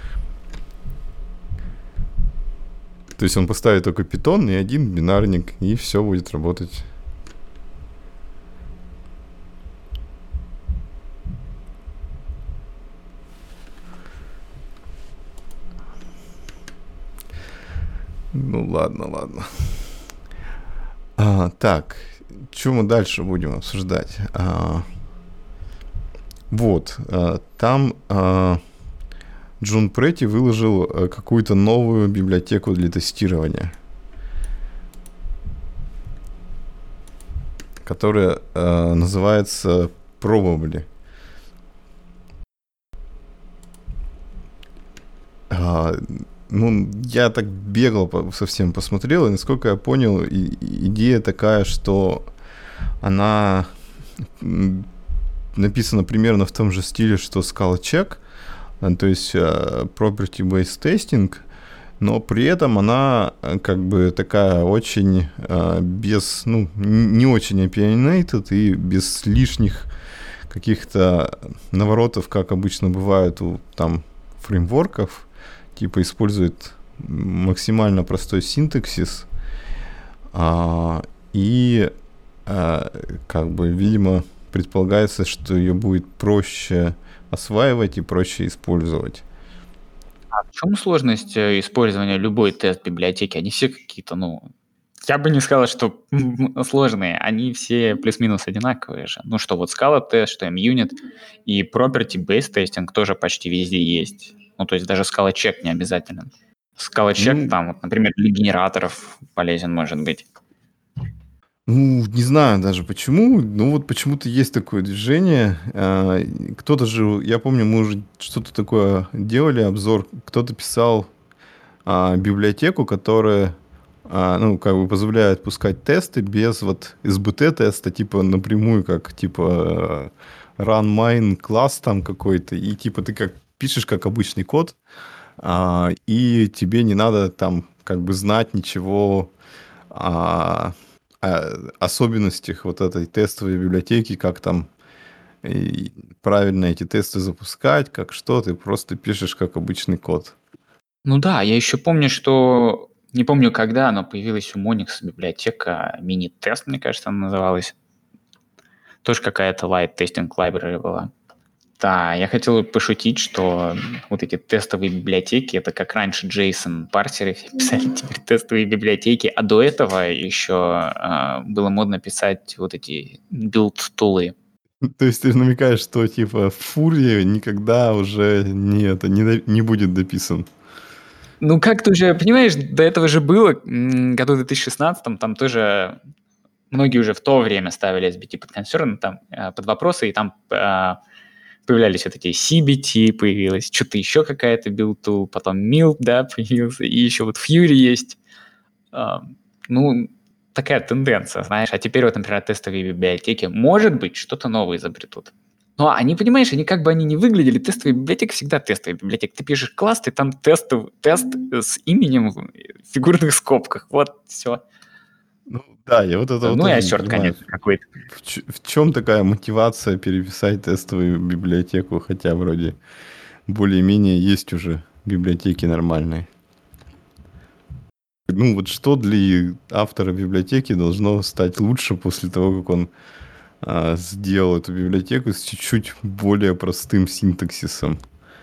То есть он поставит только питон и один бинарник, и все будет работать. Ну ладно, ладно. А, так, что мы дальше будем обсуждать? А, вот, а, там а, Джон Претти выложил а, какую-то новую библиотеку для тестирования, которая а, называется Probably. А, ну, я так бегал, по- совсем посмотрел, и насколько я понял, и- и- идея такая, что она м, написана примерно в том же стиле, что Scala Check, а, то есть а, property-based testing, но при этом она а, как бы такая очень а, без, ну, н- не очень opinionated и без лишних каких-то наворотов, как обычно бывает у там фреймворков, типа использует максимально простой синтаксис, а, и а, как бы, видимо, предполагается, что ее будет проще осваивать и проще использовать. А в чем сложность э, использования любой тест-библиотеки? Они все какие-то, ну, я бы не сказал, что сложные. Они все плюс-минус одинаковые же. Ну, что вот Scala тест, что M-Unit и property-based testing тоже почти везде есть. Ну, то есть даже Scala Check не обязательно. Scala Check Ну, там, вот, например, для генераторов полезен может быть. Ну, не знаю даже почему, но вот почему-то есть такое движение. А, Кто-то же, я помню, мы уже что-то такое делали, обзор, кто-то писал а, библиотеку, которая, а, ну, как бы позволяет пускать тесты без вот эс би ти-теста, типа напрямую, как типа э, run mine класс там какой-то, и типа ты как пишешь как обычный код, а, и тебе не надо там как бы знать ничего о, о особенностях вот этой тестовой библиотеки, как там и правильно эти тесты запускать, как что, ты просто пишешь как обычный код. Ну да, я еще помню, что... Не помню, когда, но появилась у Monix библиотека мини-тест, мне кажется, она называлась. Тоже какая-то light testing library была. Да, я хотел пошутить, что вот эти тестовые библиотеки, это как раньше JSON парсеры писали, теперь тестовые библиотеки, а до этого еще э, было модно писать вот эти build-тулы. То есть ты намекаешь, что типа Фурия никогда уже не, это, не, до- не будет дописан. Ну, как ты уже понимаешь, до этого же было, м, году в две тысячи шестнадцатом, там тоже многие уже в то время ставили эс би ти под консерн, там, э, под вопросы, и там э, появлялись вот эти си би ти, появилась что-то еще какая-то build-tool, потом Milk, да, появился, и еще вот Fury есть. А, ну, такая тенденция, знаешь. А теперь вот, например, тестовые библиотеки, может быть, что-то новое изобретут. Но они, понимаешь, они как бы они не выглядели, тестовая библиотека всегда тестовая библиотека. Ты пишешь класс, ты там тест, тест с именем в фигурных скобках. Вот, все. Ну да, я вот этого Ну и тоже не ассерт, понимаю. конечно, какой-то. В, ч- в чем такая мотивация переписать тестовую библиотеку, хотя вроде более-менее есть уже библиотеки нормальные. Ну вот что для автора библиотеки должно стать лучше после того, как он а, сделал эту библиотеку с чуть-чуть более простым синтаксисом?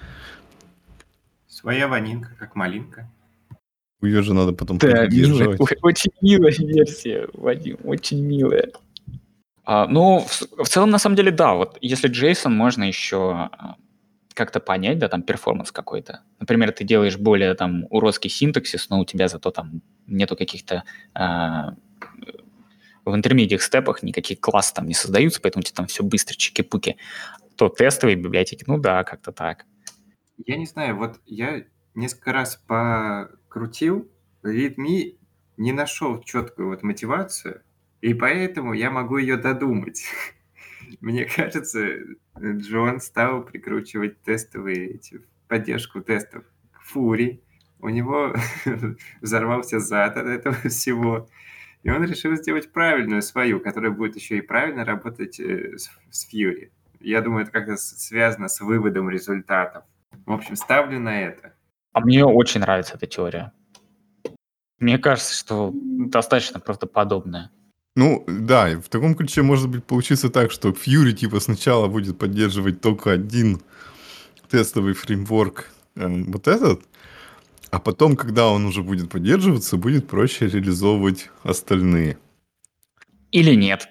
Своя ванинка, как малинка. Ее же надо потом Да, милая, поддерживать. ой, очень милая версия, Вадим, очень милая. А, ну, в, в целом, на самом деле, да, вот если JSON можно еще а, как-то понять, да, там перформанс какой-то. Например, ты делаешь более там уродский синтаксис, но у тебя зато там нету каких-то а, в интермедиах степах никаких классов там не создаются, поэтому у тебя там все быстро, чики-пуки. То тестовые библиотеки, ну да, как-то так. Я не знаю, вот я несколько раз покрутил, readme не нашел четкую вот мотивацию, и поэтому я могу ее додумать. Мне кажется, Джон стал прикручивать тестовые эти, поддержку тестов к фури. У него взорвался зад от этого всего. И он решил сделать правильную свою, которая будет еще и правильно работать э, с, с Fury. Я думаю, это как-то с- связано с выводом результатов. В общем, ставлю на это. А мне очень нравится эта теория. Мне кажется, что достаточно правдоподобная. Ну, да, и в таком ключе может быть получиться так, что Fury типа сначала будет поддерживать только один тестовый фреймворк, эм, вот этот, А потом, когда он уже будет поддерживаться, будет проще реализовывать остальные. Или нет.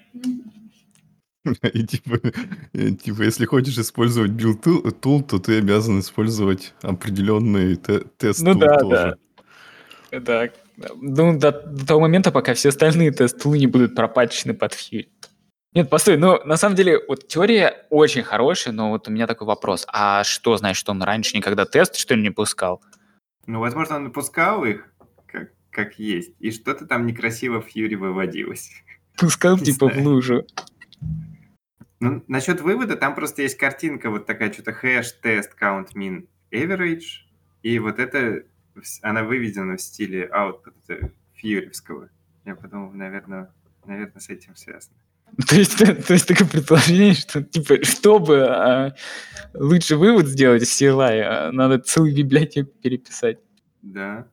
И типа, и, типа, если хочешь использовать build tool, то ты обязан использовать определенный те- тест Ну tool да, тоже. да. Да. Ну, до, до того момента, пока все остальные тест-тулы не будут пропатчены под Fury. Нет, постой, ну, на самом деле, вот теория очень хорошая, но вот у меня такой вопрос. А что значит, что он раньше никогда тест, что ли, не пускал? Ну, возможно, он выпускал их, как, как есть, и что-то там некрасиво в Fury выводилось. Пускал Не типа в знаю. лужу. Ну, насчет вывода, там просто есть картинка вот такая, что-то hash test count min average, и вот это, вс- она выведена в стиле output фьюревского. Я подумал, наверное, наверное, с этим связано. То есть, то есть такое предположение, что типа, чтобы а, лучше вывод сделать из си эл ай, а, надо целую библиотеку переписать. Да.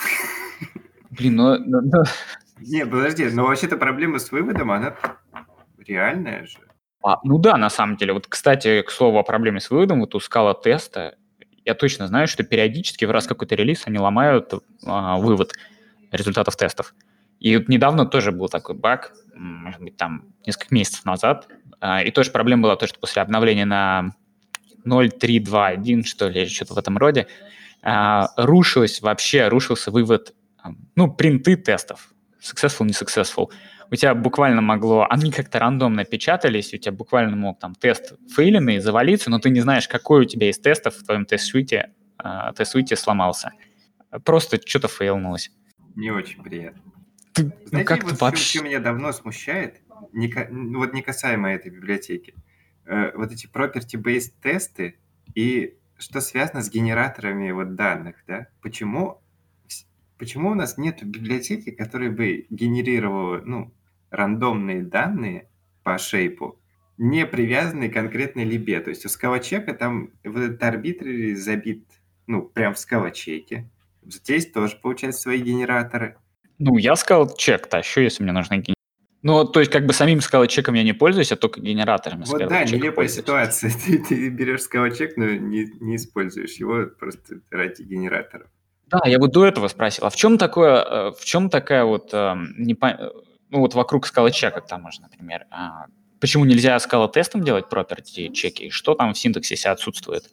Блин, ну, ну, ну, Не, подожди, но вообще-то проблема с выводом, она реальная же. а, ну да, на самом деле. Вот, кстати, к слову о проблеме с выводом, вот у скала теста, я точно знаю, что периодически в раз какой-то релиз они ломают а, вывод результатов тестов. И вот недавно тоже был такой баг, м, может быть, там несколько месяцев назад, а, и тоже проблема была то, что после обновления на ноль точка три два один, что ли, или что-то в этом роде, а, рушилось вообще, рушился вывод, а, ну, принты тестов, successful, не successful. У тебя буквально могло, они как-то рандомно печатались, у тебя буквально мог там тест фейленный завалиться, но ты не знаешь, какой у тебя из тестов в твоем тест-суите, а, тест-суите сломался. Просто что-то фейлнулось. Не очень приятно. Ты, ну Знаете, как ты вот что, вообще... что меня давно смущает, не, ка- ну, вот не касаемо этой библиотеки, Э, вот эти property-based тесты и что связано с генераторами вот данных, да? Почему, вс- почему у нас нет библиотеки, которая бы генерировала, ну, рандомные данные по шейпу, не привязанные к конкретной либе? То есть у скалочека там вот этот арбитрary забит, ну, прям в скалочеке. Здесь тоже, получается, свои генераторы. Ну, я сказал чек тащу, если мне нужны генераторы. Ну, то есть как бы самим скала-чеком я не пользуюсь, а только генераторами Вот да, скала-чека нелепая пользуюсь. ситуация. Ты, ты берешь скалочек, но не, не используешь его просто ради генераторов. Да, я вот до этого спросил, а в чем такое, э, в чем такая вот, эм, непо- э, ну вот вокруг скала-чека там можно, например, а, почему нельзя скала-тестом делать property чеки, что там в синтаксисе отсутствует?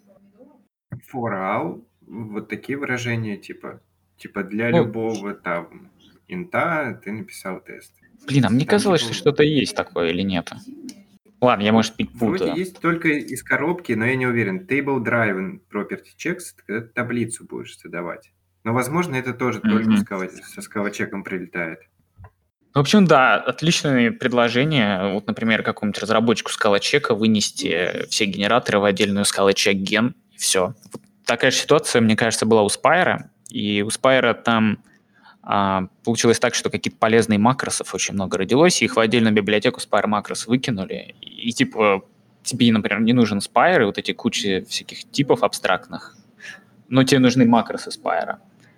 For all, вот такие выражения, типа, типа для Ну, любого там инта ты написал тест. блин, а мне Там казалось, типа что что-то есть такое или нет. Ладно, я, может, вроде путаю. есть только из коробки, но я не уверен. Table driven property checks, это когда ты таблицу будешь задавать. Но, возможно, это тоже только в Мгм. скала- со скалочеком прилетает. В общем, да, отличное предложение. Вот, например, какому-нибудь разработчику скала-чека вынести все генераторы в отдельную скала-чек ген, и все. Вот такая же ситуация, мне кажется, была у Spire. И у Spire там а, получилось так, что какие-то полезные макросов очень много родилось, и их в отдельную библиотеку Spire макрос выкинули. И, и, типа, тебе, например, не нужен Spire, и вот эти кучи всяких типов абстрактных, но тебе нужны макросы Spire.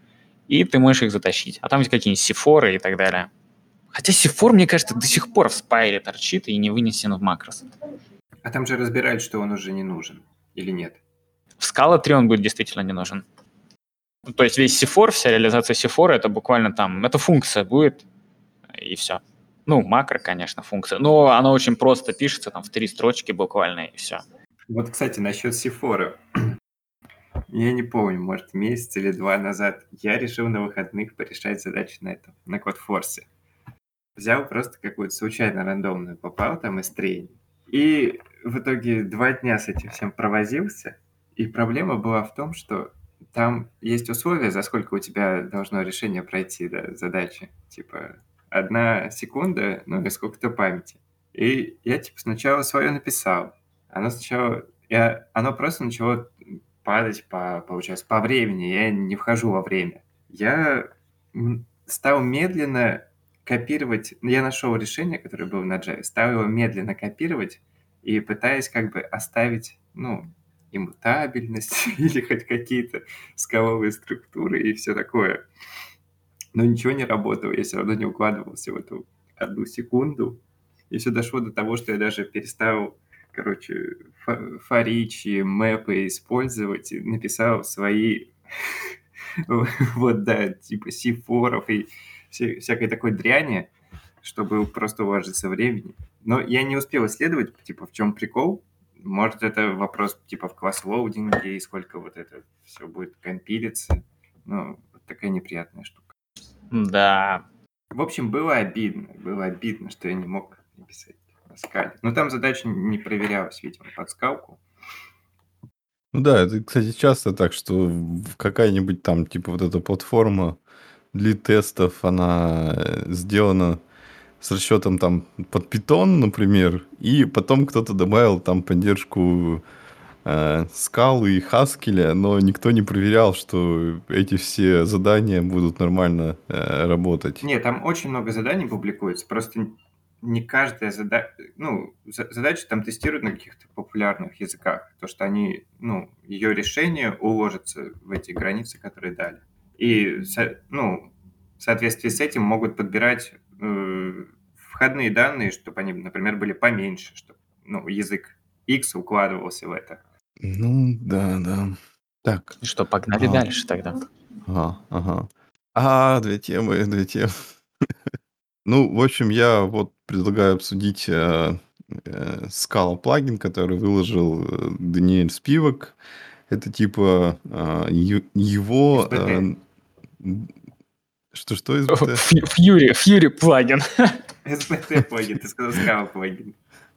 И ты можешь их затащить. А там есть какие-нибудь сифоры и так далее. Хотя сифор, мне кажется, до сих пор в спайре торчит и не вынесен в макрос. А там же разбирают, что он уже не нужен или нет. В Scala три он будет действительно не нужен. Ну, то есть весь сифор, вся реализация сифора, это буквально там, это функция будет, и все. Ну, макро, конечно, функция. Но она очень просто пишется, там в три строчки буквально, и все. Вот, кстати, насчет сифора. Я не помню, может, месяц или два назад я решил на выходных порешать задачи на этом, на Кодфорсе. Взял просто какую-то случайно рандомную, попал там из тренинга. И в итоге два дня с этим всем провозился. И проблема была в том, что там есть условия, за сколько у тебя должно решение пройти, да, задачи. Типа, одна секунда, ну или сколько-то памяти. И я, типа, сначала свое написал. Оно сначала... Я, оно просто начало падать по, получается, по времени. Я не вхожу во время. Я м, стал медленно копировать... Я нашел решение, которое было на Java, стал его медленно копировать и пытаясь как бы оставить, ну, иммутабельность или хоть какие-то скаловые структуры и все такое. Но ничего не работало, я все равно не укладывался в эту одну секунду. И все дошло до того, что я даже перестал, короче, фа- фаричи, мэпы использовать, и написал свои Вот, да, типа сифоров и вся- всякой такой дряни, чтобы просто уложиться времени. Но я не успел исследовать, типа, в чем прикол. Может, это вопрос, типа, в класс-лоудинге, и сколько вот это все будет компилиться. Ну, вот такая неприятная штука. Да. В общем, было обидно. Было обидно, что я не мог написать на скале. Но там задача не проверялась, видимо, под скалку. Ну да, это, кстати, часто так, что в- какая-нибудь там, типа, вот эта платформа для тестов, она э, сделана с расчетом там под Python, например, и потом кто-то добавил там поддержку э, скалы и хаскеля, но никто не проверял, что эти все задания будут нормально э, работать. Нет, там очень много заданий публикуется, просто не каждая задача, ну, за- задачи там тестируют на каких-то популярных языках, то, что они, ну, ее решение уложится в эти границы, которые дали. И, со- ну, в соответствии с этим могут подбирать э, входные данные, чтобы они, например, были поменьше, чтобы, ну, язык X укладывался в это. Ну, да, да. Так. Ну что, погнали А, дальше тогда. ага, ага. А, две темы, две темы. Ну, в общем, я вот предлагаю обсудить э, э, Scala плагин, который выложил э, Даниэль Спивак. Это типа э, ю- его... э, эс би ти. м, что-что из БТ? Фью- Фьюри, Фьюри плагин. эс би ти плагин, ты сказал Scala плагин.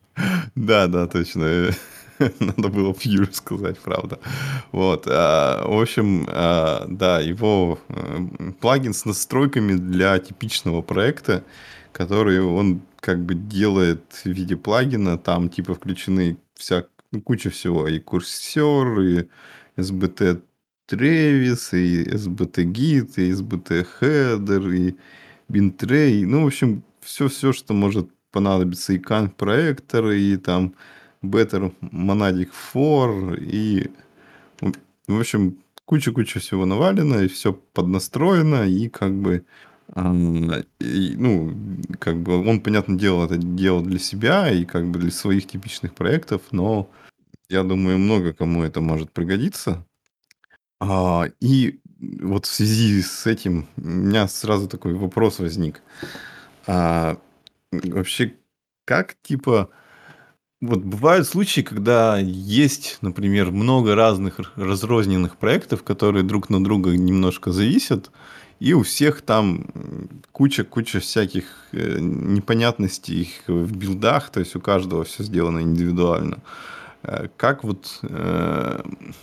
Да, да, точно. Надо было Fury сказать, правда. Вот. а, В общем, а, да, его э, плагин с настройками для типичного проекта, который он как бы делает в виде плагина. Там типа включены вся ну, куча всего. И курсер, и эс би ти Travis, и эс би ти Git, и эс би ти Header, и Bintray. Ну, в общем, все-все, что может понадобится, и Kang проектор, и там Better Monadic for, и в в общем, куча-куча всего навалено, и все поднастроено, и как бы ам, и, ну, как бы он, понятное дело, это делал для себя и как бы для своих типичных проектов, но я думаю, много кому это может пригодиться. А, и вот в связи с этим у меня сразу такой вопрос возник. А, вообще, как, типа, вот бывают случаи, когда есть, например, много разных р- разрозненных проектов, которые друг на друга немножко зависят, и у всех там м, куча-куча всяких э, непонятностей в билдах, то есть у каждого все сделано индивидуально. Э, Как вот э,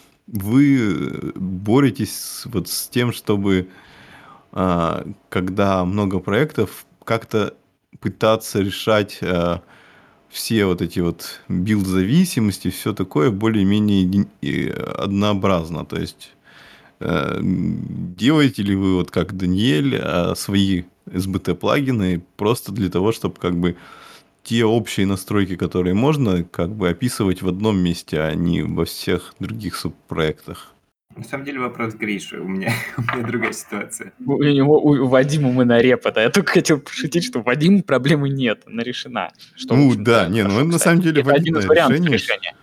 вы боретесь с- вот с тем, чтобы а, когда много проектов, как-то пытаться решать а, все вот эти вот билд-зависимости, все такое более-менее еди- и однообразно. То есть э, м, делаете ли вы вот как Даниэль а, свои эс би ти-плагины просто для того, чтобы как бы те общие настройки, которые можно, как бы описывать в одном месте, а не во всех других субпроектах? На самом деле вопрос Гриши. У меня, у меня другая ситуация. У него, у, у Вадима мы на репа. Я только хотел пошутить, что у Вадима проблемы нет, она решена. Что, в Ну да, общем-то, не, ну хорошо, это на кстати. самом деле Это один валидное из вариантов решение. решения.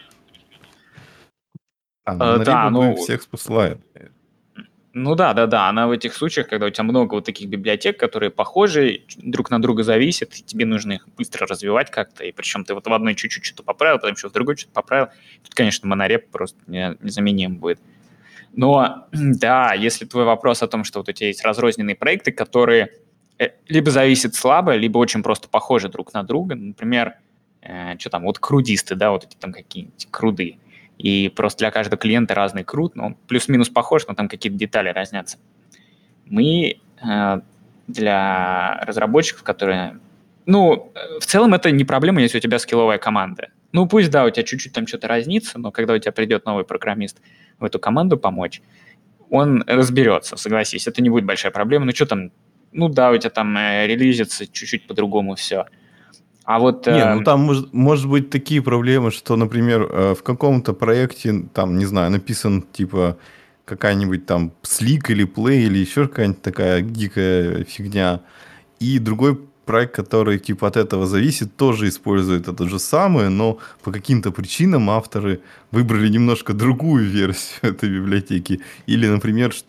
А, ну Э, на да, Ребе бы ну, всех спасла. ну да, да, да. Она в этих случаях, когда у тебя много вот таких библиотек, которые похожи, друг на друга зависят, и тебе нужно их быстро развивать как-то, и причем ты вот в одной чуть-чуть что-то поправил, потом еще в другой что-то поправил. Тут, конечно, монореп просто не- незаменим будет. Но да, если твой вопрос о том, что вот у тебя есть разрозненные проекты, которые э, либо зависят слабо, либо очень просто похожи друг на друга, например, э, что там, вот крудисты, да, вот эти там какие-нибудь круды, и просто для каждого клиента разный крут, но он плюс-минус похож, но там какие-то детали разнятся. Мы э, для разработчиков, которые... Ну, э, в целом это не проблема, если у тебя скилловая команда. Ну, пусть, да, у тебя чуть-чуть там что-то разнится, но когда у тебя придет новый программист в эту команду помочь, он разберется, согласись, это не будет большая проблема. Ну, что там, ну да, у тебя там э, релизится чуть-чуть по-другому все. А вот... Не, ну э, там может, может быть такие проблемы, что, например, э, в каком-то проекте, там, не знаю, написан типа какая-нибудь там слик или плей или еще какая-нибудь такая дикая фигня, и другой проект, который типа от этого зависит, тоже использует это же самое, но по каким-то причинам авторы выбрали немножко другую версию этой библиотеки. Или, например, что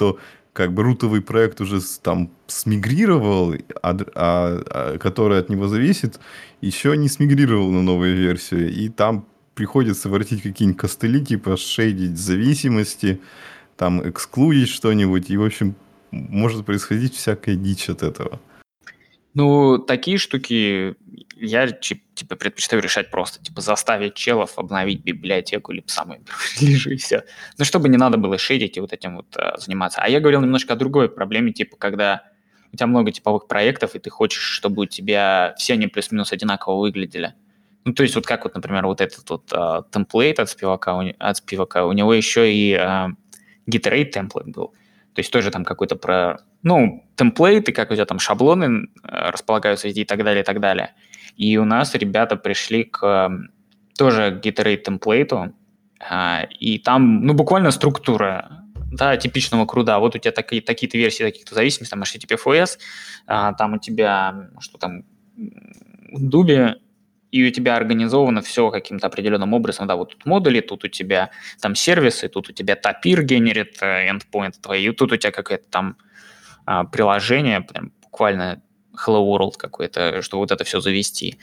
как бы рутовый проект уже с- там смигрировал, а, д- а- а который от него зависит, еще не смигрировал на новую версию. И там приходится вертеть какие-нибудь костыли, типа шейдить зависимости, там эксклюдить что-нибудь. И, в общем, может происходить всякая дичь от этого. Ну, такие штуки я чи- типа предпочитаю решать просто. Типа заставить челов обновить библиотеку либо самой лежи и все. Ну, чтобы не надо было шейдить и вот этим вот а, заниматься. А я говорил немножко о другой проблеме, типа когда у тебя много типовых проектов, и ты хочешь, чтобы у тебя все они плюс-минус одинаково выглядели. Ну, то есть вот как вот, например, вот этот вот а, темплейт от Spivaka, у, не- от Spivaka, у него еще и а, Giterate темплейт был. То есть тоже там какой-то про, ну, темплейты, как у тебя там шаблоны э, располагаются везде и так далее, и так далее. И у нас ребята пришли к м, тоже Giterate темплейту, а, и там, ну, буквально структура, да, типичного круда. Вот у тебя такие, такие-то версии таких-то зависимостей, там эйч ти ти пи эф эс, а, там у тебя, что там, в Dubе, и у тебя организовано все каким-то определенным образом. Да, вот тут модули, тут у тебя там сервисы, тут у тебя тапир генерит э, endpoint твои, и тут у тебя какое-то там а, приложение, прям буквально Hello World какой-то, чтобы вот это все завести.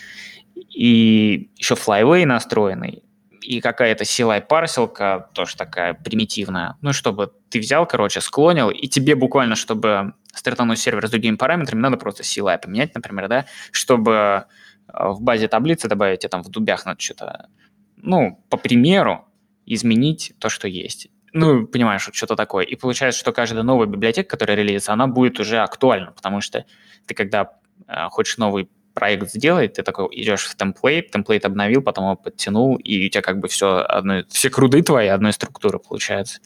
И еще Flyway настроенный, и какая-то си эл ай-парселка, тоже такая примитивная. Ну, чтобы ты взял, короче, склонил, и тебе буквально, чтобы стартануть сервер с другими параметрами, надо просто си эл ай поменять, например, да, чтобы э, в базе таблицы добавить, а там в дубях надо что-то, ну, по примеру, изменить то, что есть. Ну, понимаешь, вот что-то такое. И получается, что каждая новая библиотека, которая релизится, она будет уже актуальна, потому что ты, когда э, хочешь новый проект сделать, ты такой идешь в темплейт, темплейт обновил, потом его подтянул, и у тебя как бы все одно, все круды твои одной структуры получается.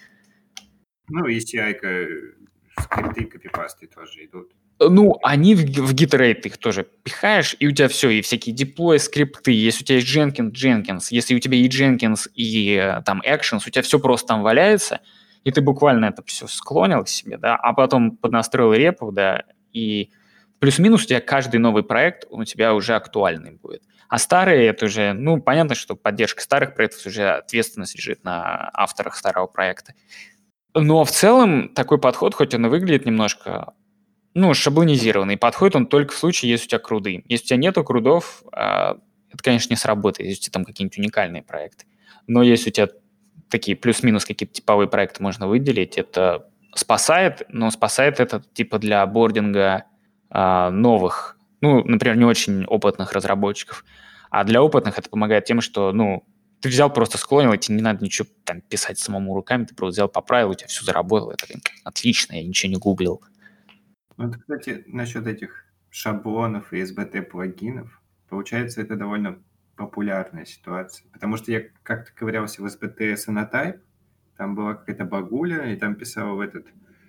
Ну, и си ай-ка, скрипты, копипасты тоже идут. Ну, они в, в Giterate их тоже пихаешь, и у тебя все, и всякие деплой, скрипты. Если у тебя есть Jenkins, Jenkins. Если у тебя и Jenkins, и э, там Actions, у тебя все просто там валяется, и ты буквально это все склонил к себе, да, а потом поднастроил репу, да, и плюс-минус у тебя каждый новый проект у тебя уже актуальный будет. А старые, это уже, ну, понятно, что поддержка старых проектов уже ответственность лежит на авторах старого проекта. Но в целом такой подход, хоть он и выглядит немножко, ну, шаблонизированный. Подходит он только в случае, если у тебя круды. Если у тебя нету крудов, а, это, конечно, не сработает, если у тебя там какие-нибудь уникальные проекты. Но если у тебя такие плюс-минус какие-то типовые проекты можно выделить, это спасает, но спасает это типа для бординга а, новых, ну, например, не очень опытных разработчиков. А для опытных это помогает тем, что, ну, ты взял, просто склонил, и тебе не надо ничего там писать самому руками, ты просто взял, поправил, у тебя все заработало. Это отлично, я ничего не гуглил. Вот, кстати, насчет этих шаблонов и эс би ти-плагинов, получается, это довольно популярная ситуация. Потому что я как-то ковырялся в эс би ти Sonatype, там была какая-то багуля, и там писал в этот...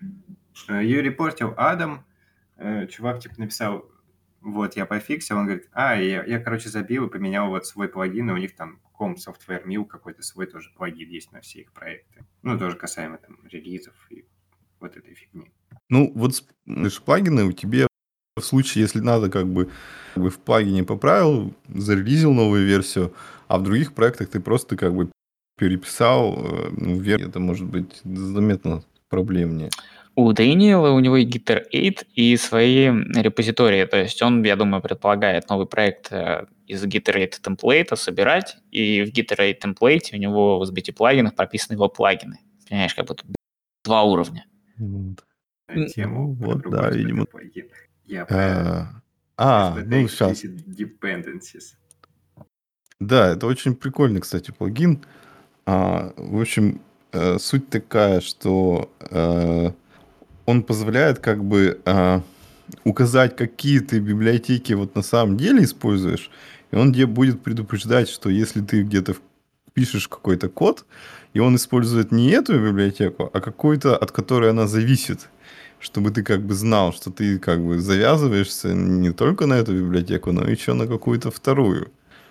э, Ее репортил Адам, э, чувак типа написал, вот, я пофиксил, он говорит, а, я, я, короче, забил и поменял вот свой плагин, и у них там Com Software Mill какой-то свой тоже плагин есть на все их проекты. Ну, тоже касаемо там релизов и вот этой фигни. Ну, вот с- знаешь, плагины у тебя в случае, если надо, как бы, как бы в плагине поправил, зарелизил новую версию, а в других проектах ты просто как бы переписал, э, ну, вер- это может быть заметно проблемнее. У Дэниела, у него и Gitter восемь, и свои репозитории. То есть он, я думаю, предполагает новый проект э, из Gitter восемь темплейта собирать, и в Gitter восемь темплейте у него в эс би ти-плагинах прописаны его плагины. Понимаешь, как бы тут два уровня. Вот. М. Тему Ну, про вот, другой да, эс би видимо. ти-плагин. Я про А, а, ну, сейчас. Explicit Dependencies. Да, это очень прикольный, кстати, плагин. А, в общем, э, суть такая, что э, он позволяет как бы э, указать, какие ты библиотеки вот на самом деле используешь, и он тебе будет предупреждать, что если ты где-то пишешь какой-то код, и он использует не эту библиотеку, а какую-то, от которой она зависит, чтобы ты как бы знал, что ты как бы завязываешься не только на эту библиотеку, но еще на какую-то вторую.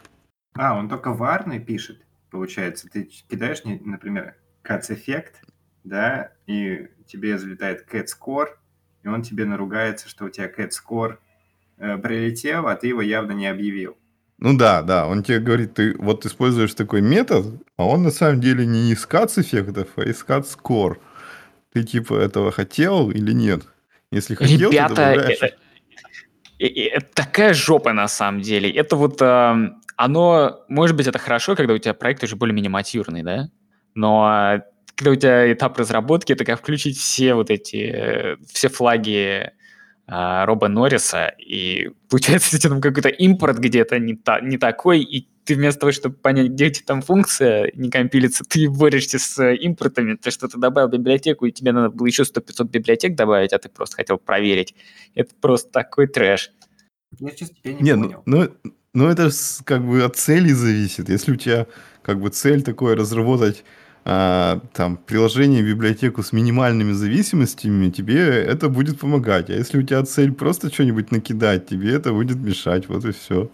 А, он только варный пишет, получается. Ты ч- кидаешь, не- например, cats effect, да, и тебе залетает cat score, и он тебе наругается, что у тебя cat score э, прилетел, а ты его явно не объявил. Ну да, да, он тебе говорит, ты вот используешь такой метод, а он на самом деле не из кац эффектов, а из кац score. ты типа этого хотел или нет? Если хотел, ты Ребята, добавляешь... это, э- э- это такая жопа на самом деле. Это вот, ам, оно, может быть, это хорошо, когда у тебя проект уже более миниатюрный, да? Но а, когда у тебя этап разработки, это как включить все вот эти, э, все флаги а, Роба Норриса, и получается, у тебя там какой-то импорт где-то не, та, не такой, и ты вместо того, чтобы понять, где у тебя там функция не компилится, ты борешься с импортами, ты что-то добавил в библиотеку, и тебе надо было еще сто-пятьсот библиотек добавить, а ты просто хотел проверить. Это просто такой трэш. Я, честно, тебя не Не, ну, понял. ну, ну это с- как бы от цели зависит. Если у тебя как бы цель такое разработать а, там приложение, библиотеку с минимальными зависимостями, тебе это будет помогать. А если у тебя цель просто что-нибудь накидать, тебе это будет мешать. Вот и все.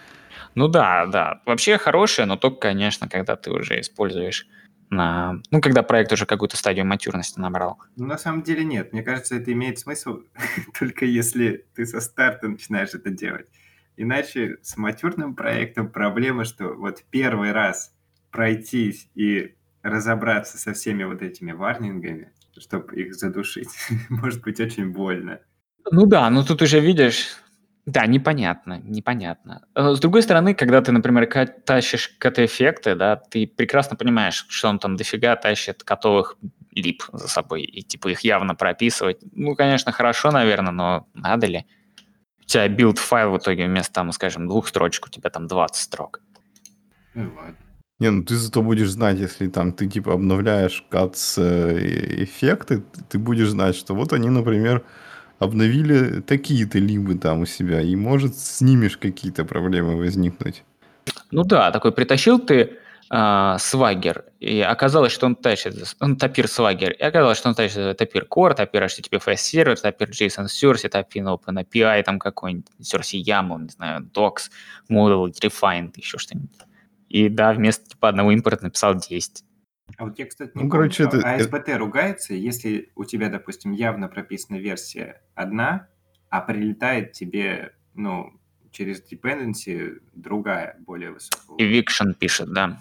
Ну да, да. Вообще хорошее, но только, конечно, когда ты уже используешь на... Ну, когда проект уже какую-то стадию матюрности набрал. Ну, на самом деле нет. Мне кажется, это имеет смысл только если ты со старта начинаешь это делать. Иначе с матюрным проектом проблема, что вот первый раз пройтись и разобраться со всеми вот этими варнингами, чтобы их задушить, может быть очень больно. Ну да, но тут уже видишь, да, непонятно, непонятно. Э, С другой стороны, когда ты, например, ка- тащишь кат-эффекты, да, ты прекрасно понимаешь, что он там дофига тащит котовых лип за собой, и типа их явно прописывать. Ну, конечно, хорошо, наверное, но надо ли? У тебя билд-файл в итоге вместо, там, скажем, двух строчек, у тебя там двадцать строк. Ну ладно. Не, ну ты зато будешь знать, если там ты типа обновляешь кац э, эффекты, ты будешь знать, что вот они, например, обновили такие-то либы там у себя, и может с ними ж какие-то проблемы возникнуть. Ну да, такой притащил ты а, свагер, и оказалось, что он тащит, он топир свагер, и оказалось, что он тащит топир core, топир эйч ти ти пи эф сервер, топир JSON Source, топир OpenAPI, там какой-нибудь Source YAML, не знаю, Docs, Moodle, Refined, еще что-нибудь. И да, вместо типа одного импорта написал десять. А вот я, кстати, не Ну, помню, короче, это... а э, АСБТ ругается, если у тебя, допустим, явно прописана версия одна, а прилетает тебе, ну, через dependency другая, более высокого уровня. Eviction пишет, да.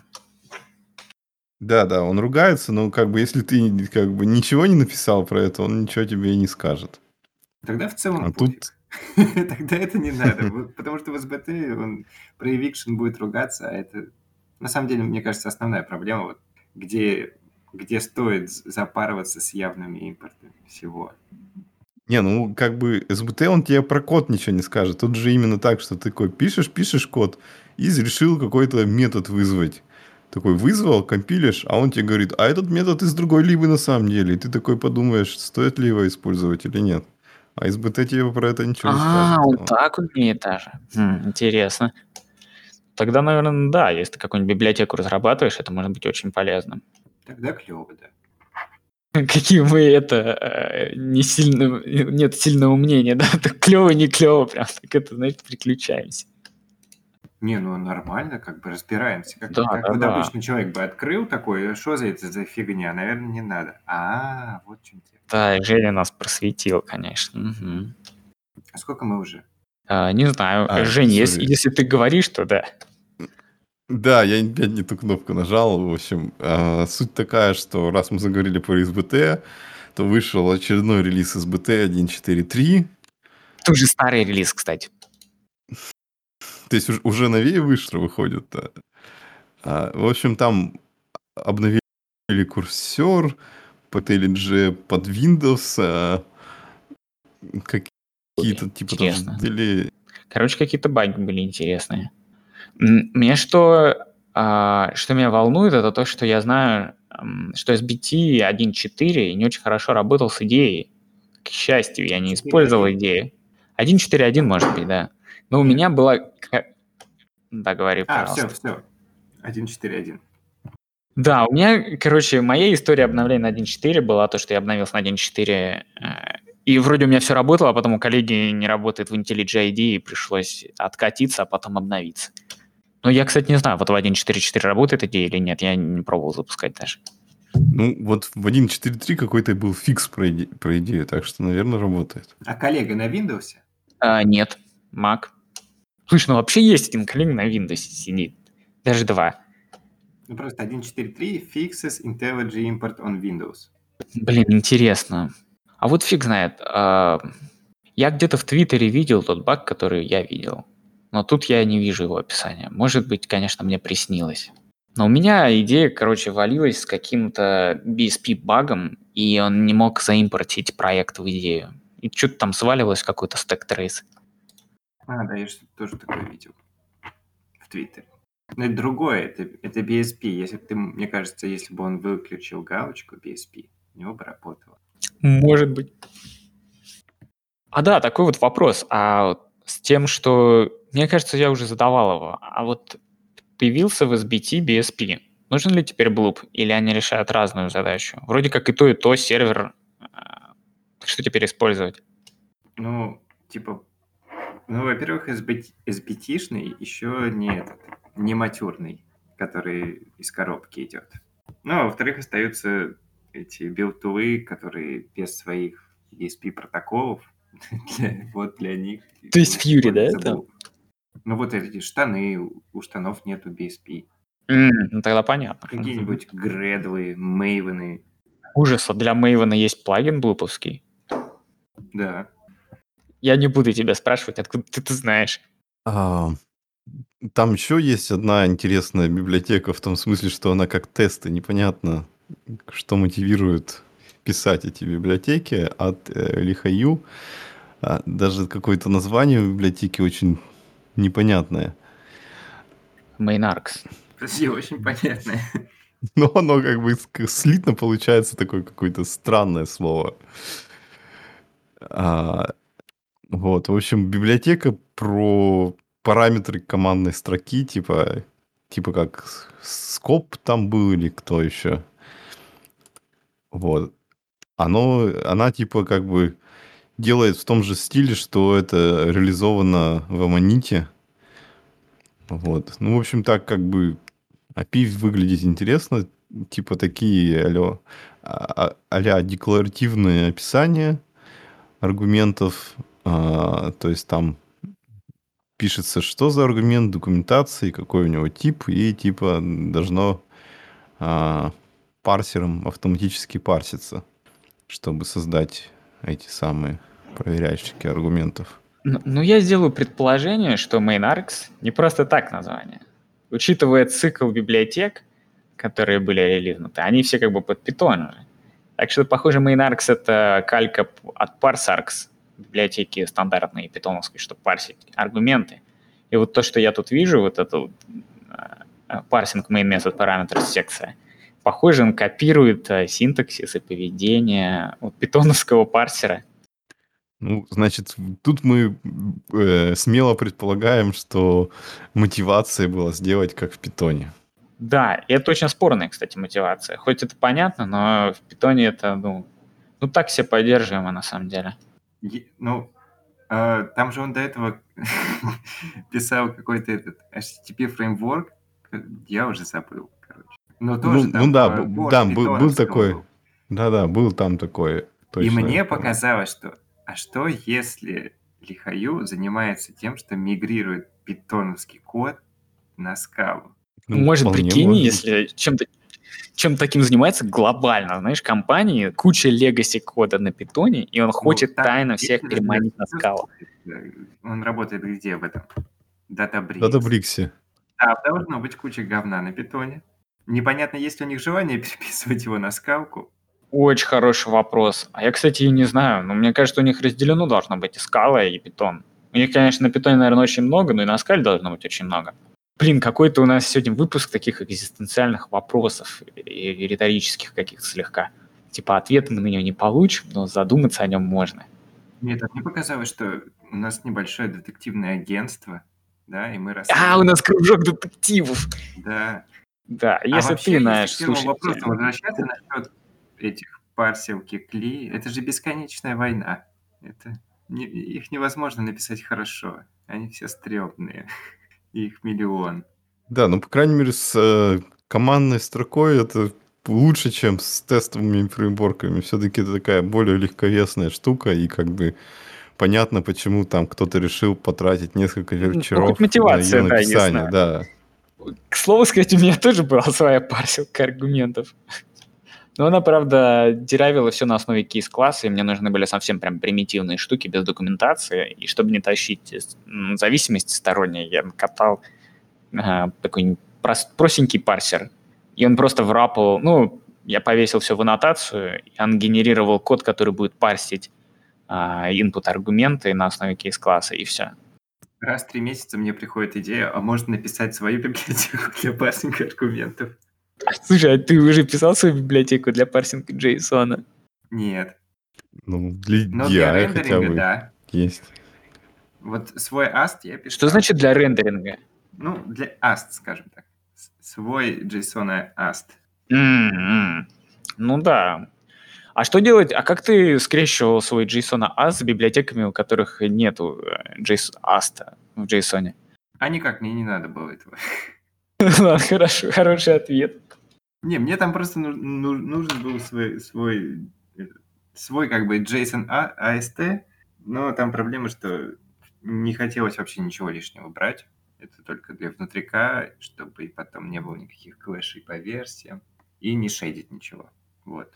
Да, да, он ругается, но как бы если ты как бы ничего не написал про это, он ничего тебе и не скажет. Тогда в целом А пофиг. тут... Тогда это не надо, вот, потому что в эс би ти он про eviction будет ругаться, а это, на самом деле, мне кажется, основная проблема, вот, где, где стоит запарываться с явными импортами всего. Не, ну как бы эс би ти, он тебе про код ничего не скажет. Тут же именно так, что ты такой пишешь, пишешь код и решил какой-то метод вызвать. Такой вызвал, компилишь, а он тебе говорит, а этот метод из другой либо на самом деле. И ты такой подумаешь, стоит ли его использовать или нет. А эс би ти тебе про это ничего не А, скажет. он Вот. так умеет даже. Хм, интересно. Тогда, наверное, да, если ты какую-нибудь библиотеку разрабатываешь, это может быть очень полезным. Тогда клево, да. Какие мы это э, не сильно, нет сильного мнения, да, так клево, не клево, прям так это, знаешь, приключаемся. Не, ну нормально, как бы разбираемся. Как, Да, как да, вот да. обычный человек бы открыл такой, что за это за фигня? Наверное, не надо. А, вот в чем дело. Да, и Женя нас просветил, конечно. Мгм. А сколько мы уже? А, не знаю, А, Жень, если, сори. если ты говоришь, то да. Да, я опять не ту кнопку нажал. В общем, а, суть такая, что раз мы заговорили про эс би ти, то вышел очередной релиз эс би ти один точка четыре точка три. Тут же старый релиз, кстати. То есть уж- уже новее вышло, выходит. Да. А, в общем, там обновили курсор, IntelliJ под Windows, а, какие-то типа там Интересно. сделали... Короче, какие-то баги были интересные. М, Мне что, а, что меня волнует, это то, что я знаю, м, что эс би ти один точка четыре не очень хорошо работал с идеей. К счастью, я не использовал идею. один точка четыре точка один, может быть, да. Но у Нет. меня была... ка- Да, говори, А, все, пожалуйста. все. один четыре один. Да, у меня, короче, моя история обновления на один точка четыре была то, что я обновился на один точка четыре, э, и вроде у меня все работало, а потом у коллеги не работает в IntelliJ ай ди, и пришлось откатиться, а потом обновиться. Но я, кстати, не знаю, вот в один точка четыре точка четыре работает идея или нет, я не пробовал запускать даже. Ну, вот в один точка четыре точка три какой-то был фикс про, иде- про идею, так что, наверное, работает. А коллега на Windows? А, нет, Mac. Слушай, ну вообще есть один коллега на Windows сидит, даже два. Ну, просто один точка четыре точка три fixes IntelliJ import on Windows. Блин, интересно. А вот фиг знает. а, Я где-то в Твиттере видел тот баг, который я видел. Но тут я не вижу его описания. Может быть, конечно, мне приснилось. Но у меня идея, короче, валилась с каким-то би эс пи-багом, и он не мог заимпортить проект в идею. И что-то там сваливалось в какой-то стэк-трейс. А, да, я что-то тоже такое видел в Твиттере. Но это другое, это, это би эс пи. Если бы ты, мне кажется, если бы он выключил галочку би эс пи, у него бы работало. Может быть. А да, такой вот вопрос. А вот с тем, что... Мне кажется, я уже задавал его. А вот появился в эс би ти би эс пи. Нужен ли теперь блуп? Или они решают разную задачу? Вроде как и то, и то сервер. а, Что теперь использовать? Ну, типа, ну, во-первых, эс би ти-шный еще не этот, не матюрный, который из коробки идет. Ну, а во-вторых, остаются эти билд-тулы, которые без своих би эс пи протоколов, для- вот для них То есть Fury, да, используется это? блуп. Ну, вот эти штаны, у у штанов нету би эс пи. М, ну тогда понятно. Мгм. Какие-нибудь гредлы, мейвены, Ужас, а для Maven есть плагин блуповский. да. Я не буду тебя спрашивать, откуда ты это знаешь. А, Там еще есть одна интересная библиотека в том смысле, что она как тесты. Непонятно, что мотивирует писать эти библиотеки от э, Лихаю. А, даже какое-то название у библиотеки очень непонятное. Mainarx. Подожди, очень понятно. Но оно как бы ск- слитно получается такое какое-то странное слово. А, вот, в общем, библиотека про параметры командной строки, типа, типа как скоп там был или кто еще. Вот. Оно, она типа как бы делает в том же стиле, что это реализовано в Аманите. Вот. Ну, в общем, так как бы эй пи ай выглядит интересно. Типа такие алё, а- а-ля декларативные описания аргументов. А, то есть там пишется, что за аргумент, документации, какой у него тип, и типа должно а, парсером автоматически парситься, чтобы создать эти самые проверяющие аргументов. Ну, ну, я сделаю предположение, что Mainarx не просто так название. Учитывая цикл библиотек, которые были релизнуты, они все как бы под Python уже. Так что, похоже, Mainarx — это калька п- от ParsArgs, библиотеки стандартной питоновской, чтобы парсить аргументы. И вот то, что я тут вижу, вот это вот, э, парсинг main method parameters секция, похоже, он копирует э, синтаксис и поведение вот, питоновского парсера. Ну, значит, тут мы э, смело предполагаем, что мотивация была сделать как в питоне. Да, и это очень спорная, кстати, мотивация. Хоть это понятно, но в питоне это, ну, ну так себе поддерживаемо на самом деле. Е- Ну, а, там же он до этого писал какой-то этот эйч ти ти пи фреймворк, я уже забыл, короче. Но Ну, тоже ну там да, по- б- порт да, был, был питоновского такой. был. Да-да, был там такой. И Точно. мне я помню. показалось, что а что если Лихаю занимается тем, что мигрирует питоновский код на скалу? Ну, Может, вполне прикинь, может быть. если чем-то чем таким занимается глобально, знаешь, компании, куча легаси кода на питоне, и он Ну, хочет так тайно всех действительно же переманить на скалу. чувствует. Он работает где в этом? Databricks. Датабриксе. Там должно быть куча говна на питоне. Непонятно, есть ли у них желание переписывать его на скалку. Очень хороший вопрос. А я, кстати, и не знаю, но мне кажется, у них разделено должно быть и скала, и питон. У них, конечно, на питоне, наверное, очень много, но и на скале должно быть очень много. Блин, какой-то у нас сегодня выпуск таких экзистенциальных вопросов и риторических каких-то слегка. Типа ответ мы на него не получим, но задуматься о нем можно. Мне так не показалось, что у нас небольшое детективное агентство, да, и мы А, расследуем. у нас кружок детективов. Да. Да, А если вообще, ты, если наш к первому слушатель... вопросу возвращаться насчет этих парсилки кли, это же бесконечная война. Это не- их невозможно написать хорошо. Они все стрёмные. Их миллион. Да, ну, по крайней мере, с э, командной строкой это лучше, чем с тестовыми фреймворками. Все-таки это такая более легковесная штука, и как бы понятно, почему там кто-то решил потратить несколько Ну, вечеров хоть на мотивация, ее да, написание. ясна. Да. К слову сказать, у меня тоже была своя парсилка аргументов. Но она, правда, деравила все на основе кейс-класса, и мне нужны были совсем прям примитивные штуки без документации. И чтобы не тащить м, зависимости сторонние, я накатал а, такой прос- простенький парсер. И он просто врапал, ну, я повесил все в аннотацию, и он генерировал код, который будет парсить а, input-аргументы на основе кейс-класса, и все. Раз в три месяца мне приходит идея, а можно написать свою библиотеку для парсинга аргументов. Слушай, а ты уже писал свою библиотеку для парсинга JSON? Нет. Ну, для Но для ди ай хотя рендеринга, бы да. есть. Вот свой аст я писал. Что значит для рендеринга? Ну, для аст, скажем так. С- Свой JSON аст. М-м. Ну да. А что делать? А как ты скрещивал свой JSON ас с библиотеками, у которых нету э, JS аста в JSON? А никак, мне не надо было этого. Ладно, хорошо, хороший ответ. Не, мне там просто ну- ну- нужен был свой, свой, э, свой как бы JSON А- AST, но там проблема, что не хотелось вообще ничего лишнего брать. Это только для внутрика, чтобы потом не было никаких клэшей по версиям и не шейдить ничего. Вот.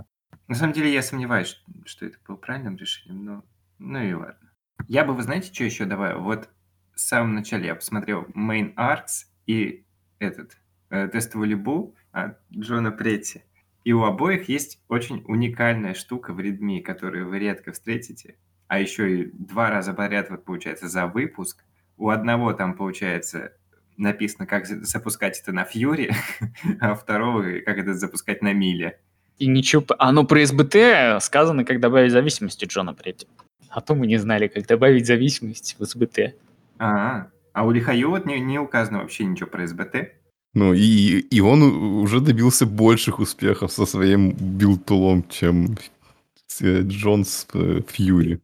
На самом деле я сомневаюсь, что это было правильным решением, но ну и ладно. Я бы, вы знаете, что еще добавил? Вот в самом начале я посмотрел Main Arcs и этот э, тестовую либу от Джона Претти. И у обоих есть очень уникальная штука в Readme, которую вы редко встретите. А еще и два раза подряд, вот получается, за выпуск. У одного там, получается, написано, как за- запускать это на Fury, а у второго, как это запускать на Миле. И ничего... п- А ну про эс би ти сказано, как добавить зависимости Джона Претти. А то мы не знали, как добавить зависимость в эс би ти. А, а у Лихаю вот не, не указано вообще ничего про эс би ти. Ну, и, и он у- уже добился больших успехов со своим билд-тулом, чем э, Джон с э, Фьюри.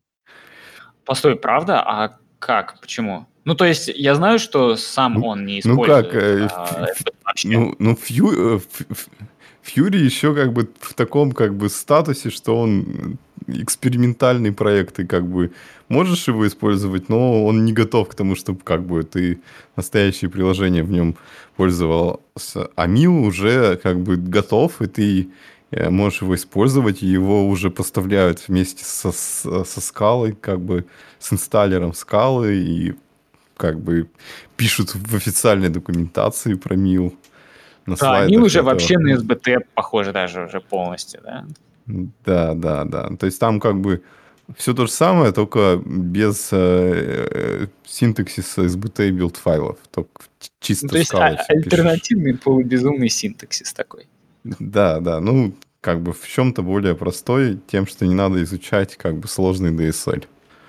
Постой, правда? А как? Почему? Ну, то есть, я знаю, что сам Ну, он не ну как, использует э, а, ф- эс би ти вообще. ну, ну Фью, э, Ф- Ф- Фьюри еще как бы в таком как бы статусе, что он экспериментальный проект, и как бы можешь его использовать, но он не готов к тому, чтобы как бы ты настоящее приложение в нем пользовался. А Мил уже как бы готов, и ты э, можешь его использовать, и его уже поставляют вместе со, с- со скалой, как бы с инсталлером скалы, и как бы пишут в официальной документации про Мил. На Да, Мил слайдах уже этого. вообще на эс би ти похож даже уже полностью, да? Да, да, да. То есть там как бы все то же самое, только без э, э, синтаксиса эс би ти билд файлов. Только ч- чисто Ну, то есть скалой а- все пишешь. альтернативный полубезумный синтаксис такой. Да, да. Ну, как бы в чем-то более простой, тем, что не надо изучать как бы сложный ди эс эл.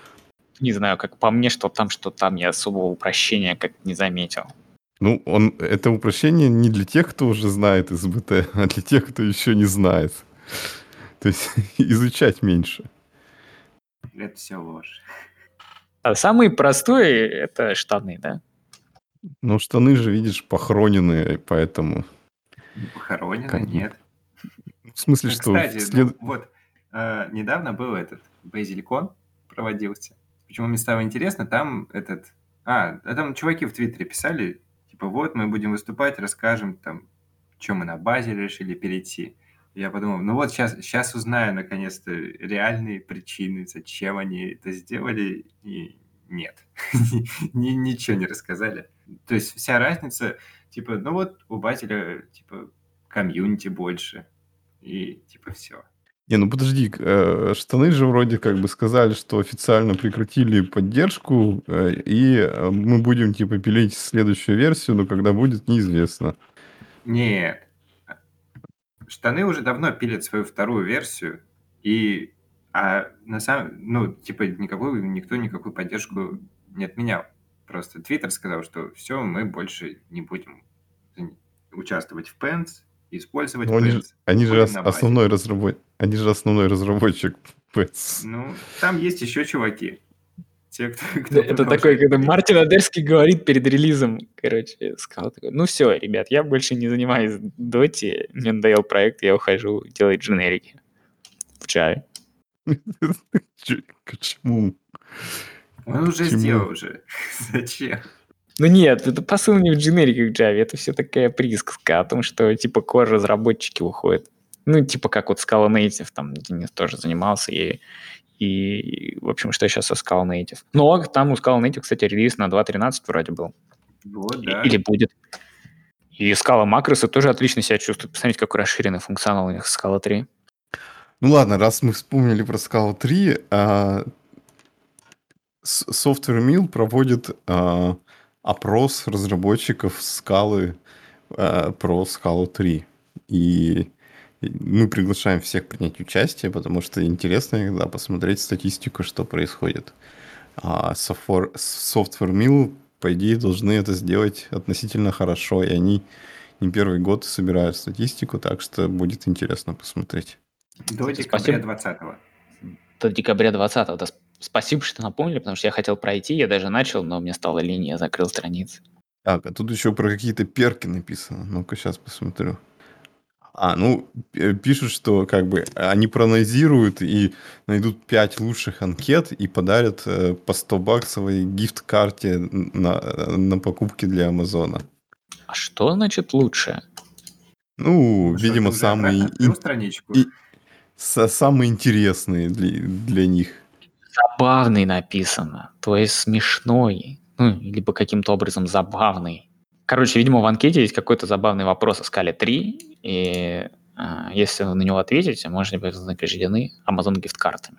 Не знаю, как по мне, что там, что там, я особого упрощения как не заметил. Ну, он, это упрощение не для тех, кто уже знает эс би ти, а для тех, кто еще не знает. То есть изучать меньше. Это все ложь. А самый простой — это штаны, да? Ну, штаны же, видишь, похороненные, поэтому... Не похоронено, Как бы. нет. В смысле, Ну, что... кстати, вслед- ну вот, э, недавно был этот Базиликон проводился. Почему мне стало интересно, там этот... А, а там чуваки в Твиттере писали, типа, вот, мы будем выступать, расскажем, там, что мы на базе решили перейти. И я подумал, ну вот, сейчас, сейчас узнаю, наконец-то, реальные причины, зачем они это сделали, и нет. Ни- Ничего не рассказали. То есть вся разница, типа, ну вот, у Базеля, типа, комьюнити больше, и типа все. Не, ну подожди, э, штаны же вроде как бы сказали, что официально прекратили поддержку, э, и э, мы будем типа пилить следующую версию, но когда будет, неизвестно. Нет. Штаны уже давно пилят свою вторую версию, и а на самом, ну, типа, никакую, никто никакую поддержку не отменял. Просто Твиттер сказал, что все, мы больше не будем участвовать в Pens, использовать Но они же, Pens. они же Будем ос- на базе. основной разработ... они же основной разработчик Pets. Ну, там есть еще чуваки. Те, кто, кто Это продолжает такой, когда пилить. Мартин Адерский говорит перед релизом, короче, сказал такой, ну все, ребят, я больше не занимаюсь доти, мне надоел проект, я ухожу делать дженерики в Java. Чё- Почему? Он уже Почему? сделал уже. Зачем? Ну нет, это посыл не в дженериках в Java, это все такая присказка о том, что типа core разработчики уходят. Ну, типа как вот Scala Native, там Денис тоже занимался, и, и в общем, что сейчас со Scala Native. Но там у Scala Native, кстати, релиз на два точка тринадцать вроде был. Вот, И- да. Или будет. И Scala макросы тоже отлично себя чувствуют. Посмотрите, какой расширенный функционал у них в Scala три. Ну ладно, раз мы вспомнили про Scala три, а, с- Software Mill проводит а, опрос разработчиков Scala а, про Scala три. И мы приглашаем всех принять участие, потому что интересно иногда посмотреть статистику, что происходит. А Software Software Mill, по идее, должны это сделать относительно хорошо, и они не первый год собирают статистику, так что будет интересно посмотреть. До Кстати, декабря спасибо. двадцатого. До декабря двадцатого. Да, сп- спасибо, что напомнили, потому что я хотел пройти, я даже начал, но мне стало лень, я закрыл страницу. Так, а тут еще про какие-то перки написано. Ну-ка, сейчас посмотрю. А, ну, п- пишут, что как бы они проанализируют и найдут пять лучших анкет и подарят э, по сто баксовой гифт-карте на, на покупки для Амазона. А что значит лучше? Ну, Ну что, видимо, ты уже обратно самые, открыл ин- страничку? и- со- самые интересные для, для них. Забавный написано, то есть смешной, ну, либо каким-то образом забавный. Короче, видимо, в анкете есть какой-то забавный вопрос о скале три, и а, если вы на него ответите, можете быть вознаграждены Amazon гифт-картами.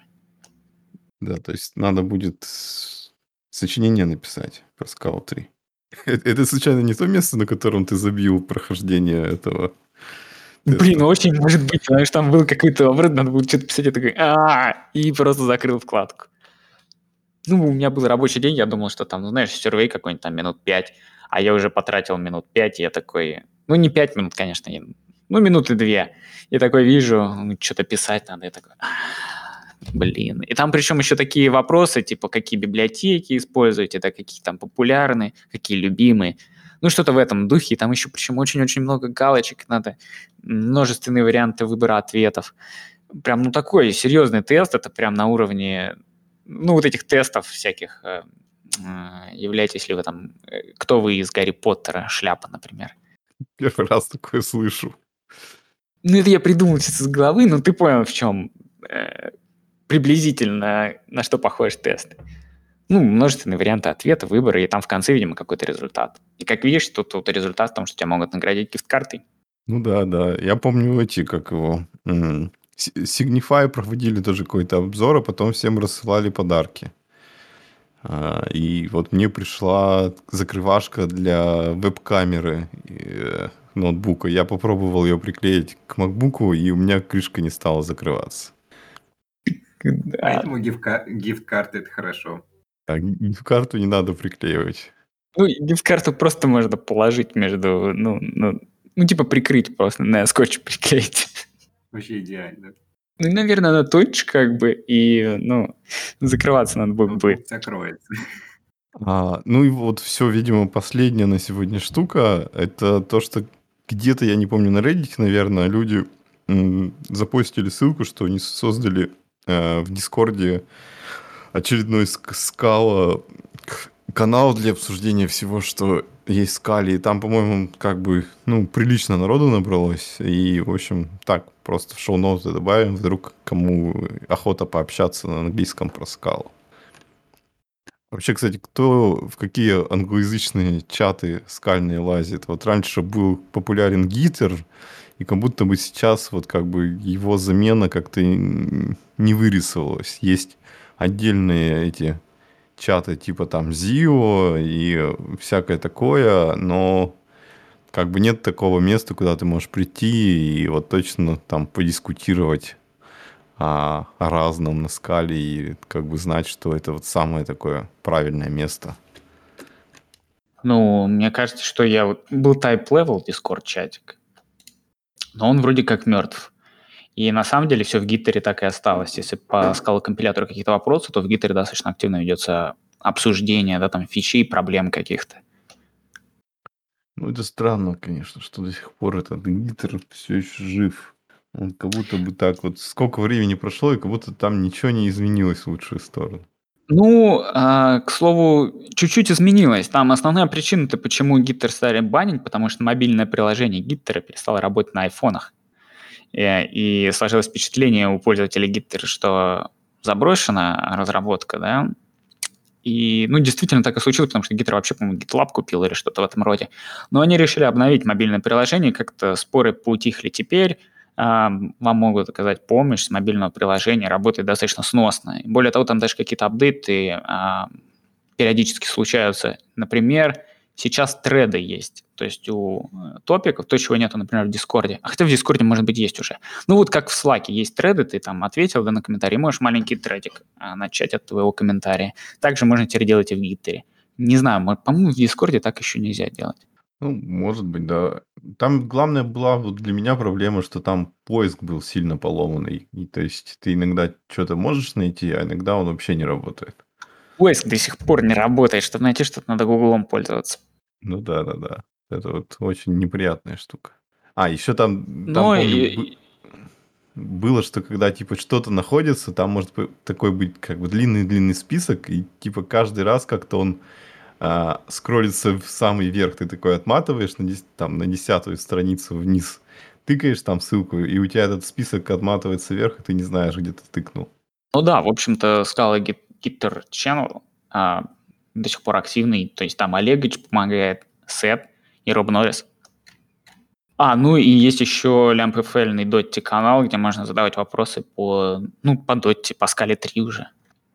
Да, то есть надо будет с- сочинение написать про Scala три. Это, это случайно не то место, на котором ты забил прохождение этого теста? Блин, ну очень может быть, знаешь, там был какой-то образ, надо было что-то писать, я такой, а и просто закрыл вкладку. Ну, у меня был рабочий день, я думал, что там, ну, знаешь, сервей какой-нибудь там минут пять, а я уже потратил минут пять, и я такой, ну, не пять минут, конечно, я- ну, минуты две. Я такой вижу, ну, что-то писать надо, я такой, «А, блин. И там причем еще такие вопросы, типа, какие библиотеки используете, да, какие там популярные, какие любимые. Ну, что-то в этом духе, и там еще причем очень-очень много галочек, надо множественные варианты выбора ответов. Прям, ну, такой серьезный тест, это прям на уровне, ну, вот этих тестов всяких, э, э, являетесь ли вы там, э, кто вы из Гарри Поттера, шляпа, например. Первый раз такое слышу. Ну, это я придумал сейчас из головы, но ты понял, в чем э, приблизительно на что похож тест. Ну, множественные варианты ответа, выбора, и там в конце, видимо, какой-то результат. И как видишь, тут, тут результат в том, что тебя могут наградить гифт-картой. Ну да, да. Я помню эти, как его, м, Си- Signify проводили тоже какой-то обзор, а потом всем рассылали подарки. А, И вот мне пришла закрывашка для веб-камеры э, ноутбука. Я попробовал ее приклеить к макбуку, и у меня крышка не стала закрываться. Да. Поэтому гифка- гифт-карты это хорошо. Так, в карту не надо приклеивать. Ну, и гифт-карту просто можно положить между, ну, ну, ну, типа прикрыть просто, на скотч приклеить. Вообще идеально. Ну, и, наверное, на точку как бы, и, ну, закрываться надо будет. Ноутбук закроется. А, ну и вот все, видимо, последняя на сегодня штука. Это то, что где-то, я не помню, на Reddit, наверное, люди м, запостили ссылку, что они создали э, в Дискорде очередной ск- скала к- канал для обсуждения всего, что есть в скале. И там, по-моему, как бы, ну, прилично народу набралось. И, в общем, так, просто в шоу-ноты добавим, вдруг кому охота пообщаться на английском про скалу. Вообще, кстати, кто в какие англоязычные чаты скальные лазит? Вот раньше был популярен Гиттер, и как будто бы сейчас вот как бы его замена как-то н- не вырисовалась. Есть отдельные эти чаты типа там Зио и всякое такое, но как бы нет такого места, куда ты можешь прийти и вот точно там подискутировать о, о разном на скале и как бы знать, что это вот самое такое правильное место. Ну, мне кажется, что я вот... Был Type Level Discord чатик, но он вроде как мертв. И на самом деле все в Гиттере так и осталось. Если по скалокомпилятору какие-то вопросы, то в Гиттере достаточно активно ведется обсуждение, да, там, фичей, проблем каких-то. Ну, это странно, конечно, что до сих пор этот Гиттер все еще жив. Он как будто бы так вот... Сколько времени прошло, и как будто там ничего не изменилось в лучшую сторону. Ну, а, к слову, чуть-чуть изменилось. Там основная причина-то, почему Гиттер стали банить, потому что мобильное приложение Гиттера перестало работать на айфонах. И, и сложилось впечатление у пользователей Gitter, что заброшена разработка, да, и, ну, действительно так и случилось, потому что Gitter вообще, по-моему, GitLab купил или что-то в этом роде. Но они решили обновить мобильное приложение, как-то споры поутихли теперь. А, вам могут оказать помощь с мобильного приложения, работает достаточно сносно. Более того, там даже какие-то апдейты а, периодически случаются. Например, сейчас треды есть. То есть у топиков, то, чего нету, например, в Дискорде. А хотя в Дискорде, может быть, есть уже. Ну вот как в Slack есть треды, ты там ответил да, на комментарий, можешь маленький тредик а, начать от твоего комментария. Также можно теперь делать и в Гиттере. Не знаю, может, по-моему, в Дискорде так еще нельзя делать. Ну, может быть, да. Там главная была вот для меня проблема, что там поиск был сильно поломанный. И то есть ты иногда что-то можешь найти, а иногда он вообще не работает. Поиск до сих пор не работает. Чтобы найти что-то, надо Гуглом пользоваться. Ну да, да, да. Это вот очень неприятная штука. А, еще там, там Ну помню, бы- и, было, что когда типа что-то находится, там может быть такой быть как бы длинный-длинный список, и типа каждый раз как-то он а, скроллится в самый верх, ты такой отматываешь на, дес- там, на десятую страницу вниз, тыкаешь там ссылку, и у тебя этот список отматывается вверх, и ты не знаешь, где ты тыкнул. ну да, в общем-то, Scala Git- Gitter Channel а, до сих пор активный. То есть там Олегович помогает, Сет и Роб Норрис. А, ну и есть еще LampFL Дотти канал, где можно задавать вопросы по, ну, по Дотти, по скале три уже.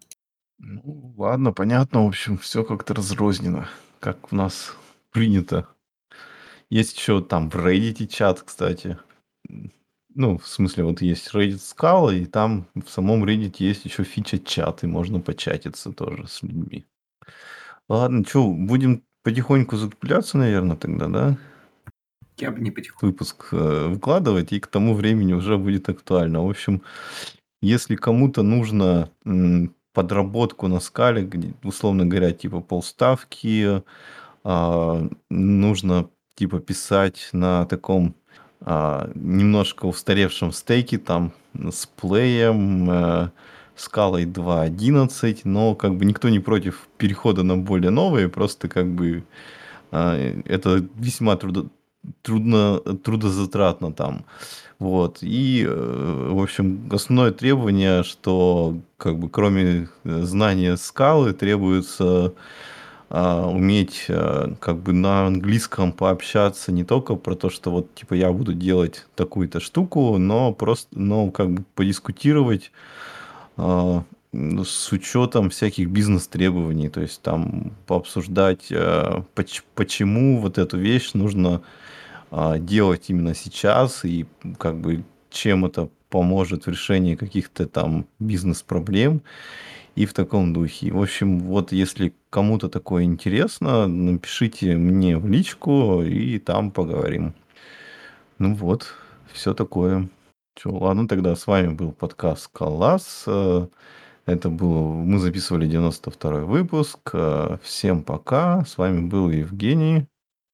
Ну, ладно, понятно, в общем, все как-то разрознено, как у нас принято. Есть еще там в Reddit чат, кстати. Ну, в смысле, вот есть Reddit Scala, и там в самом Reddit есть еще фича чат, и можно початиться тоже с людьми. Ладно, что, будем потихоньку закругляться, наверное, тогда, да? Я бы не потихоньку. Выпуск э, выкладывать, и к тому времени уже будет актуально. В общем, если кому-то нужно м, подработку на скале, где, условно говоря, типа полставки, а, нужно типа писать на таком а, немножко устаревшем стеке, там с плеем, э, скалой два точка одиннадцать, но как бы никто не против перехода на более новые, просто как бы а, это весьма трудо, трудно, трудозатратно там. Вот. И, э, в общем, основное требование, что как бы кроме э, знания скалы требуется а, уметь а, как бы на английском пообщаться не только про то, что вот типа я буду делать такую-то штуку, но просто, но как бы подискутировать а, ну, с учетом всяких бизнес-требований, то есть там пообсуждать, а, поч- почему вот эту вещь нужно а, делать именно сейчас и как бы чем это поможет в решении каких-то там бизнес-проблем и в таком духе. В общем, вот если кому-то такое интересно, напишите мне в личку, и там поговорим. Ну вот, все такое. Чё, ладно, тогда с вами был подкаст «Калас». Э, Это был... Мы записывали девяносто второй выпуск. Э, Всем пока. С вами был Евгений.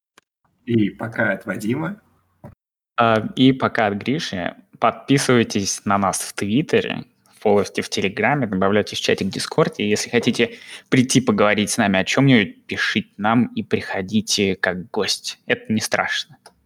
И пока от Вадима. А, И пока от Гриши, подписывайтесь на нас в Твиттере, фолловьте в Телеграме, добавляйтесь в чатик в Дискорде. И если хотите прийти поговорить с нами о чем-нибудь, пишите нам и приходите как гость. Это не страшно.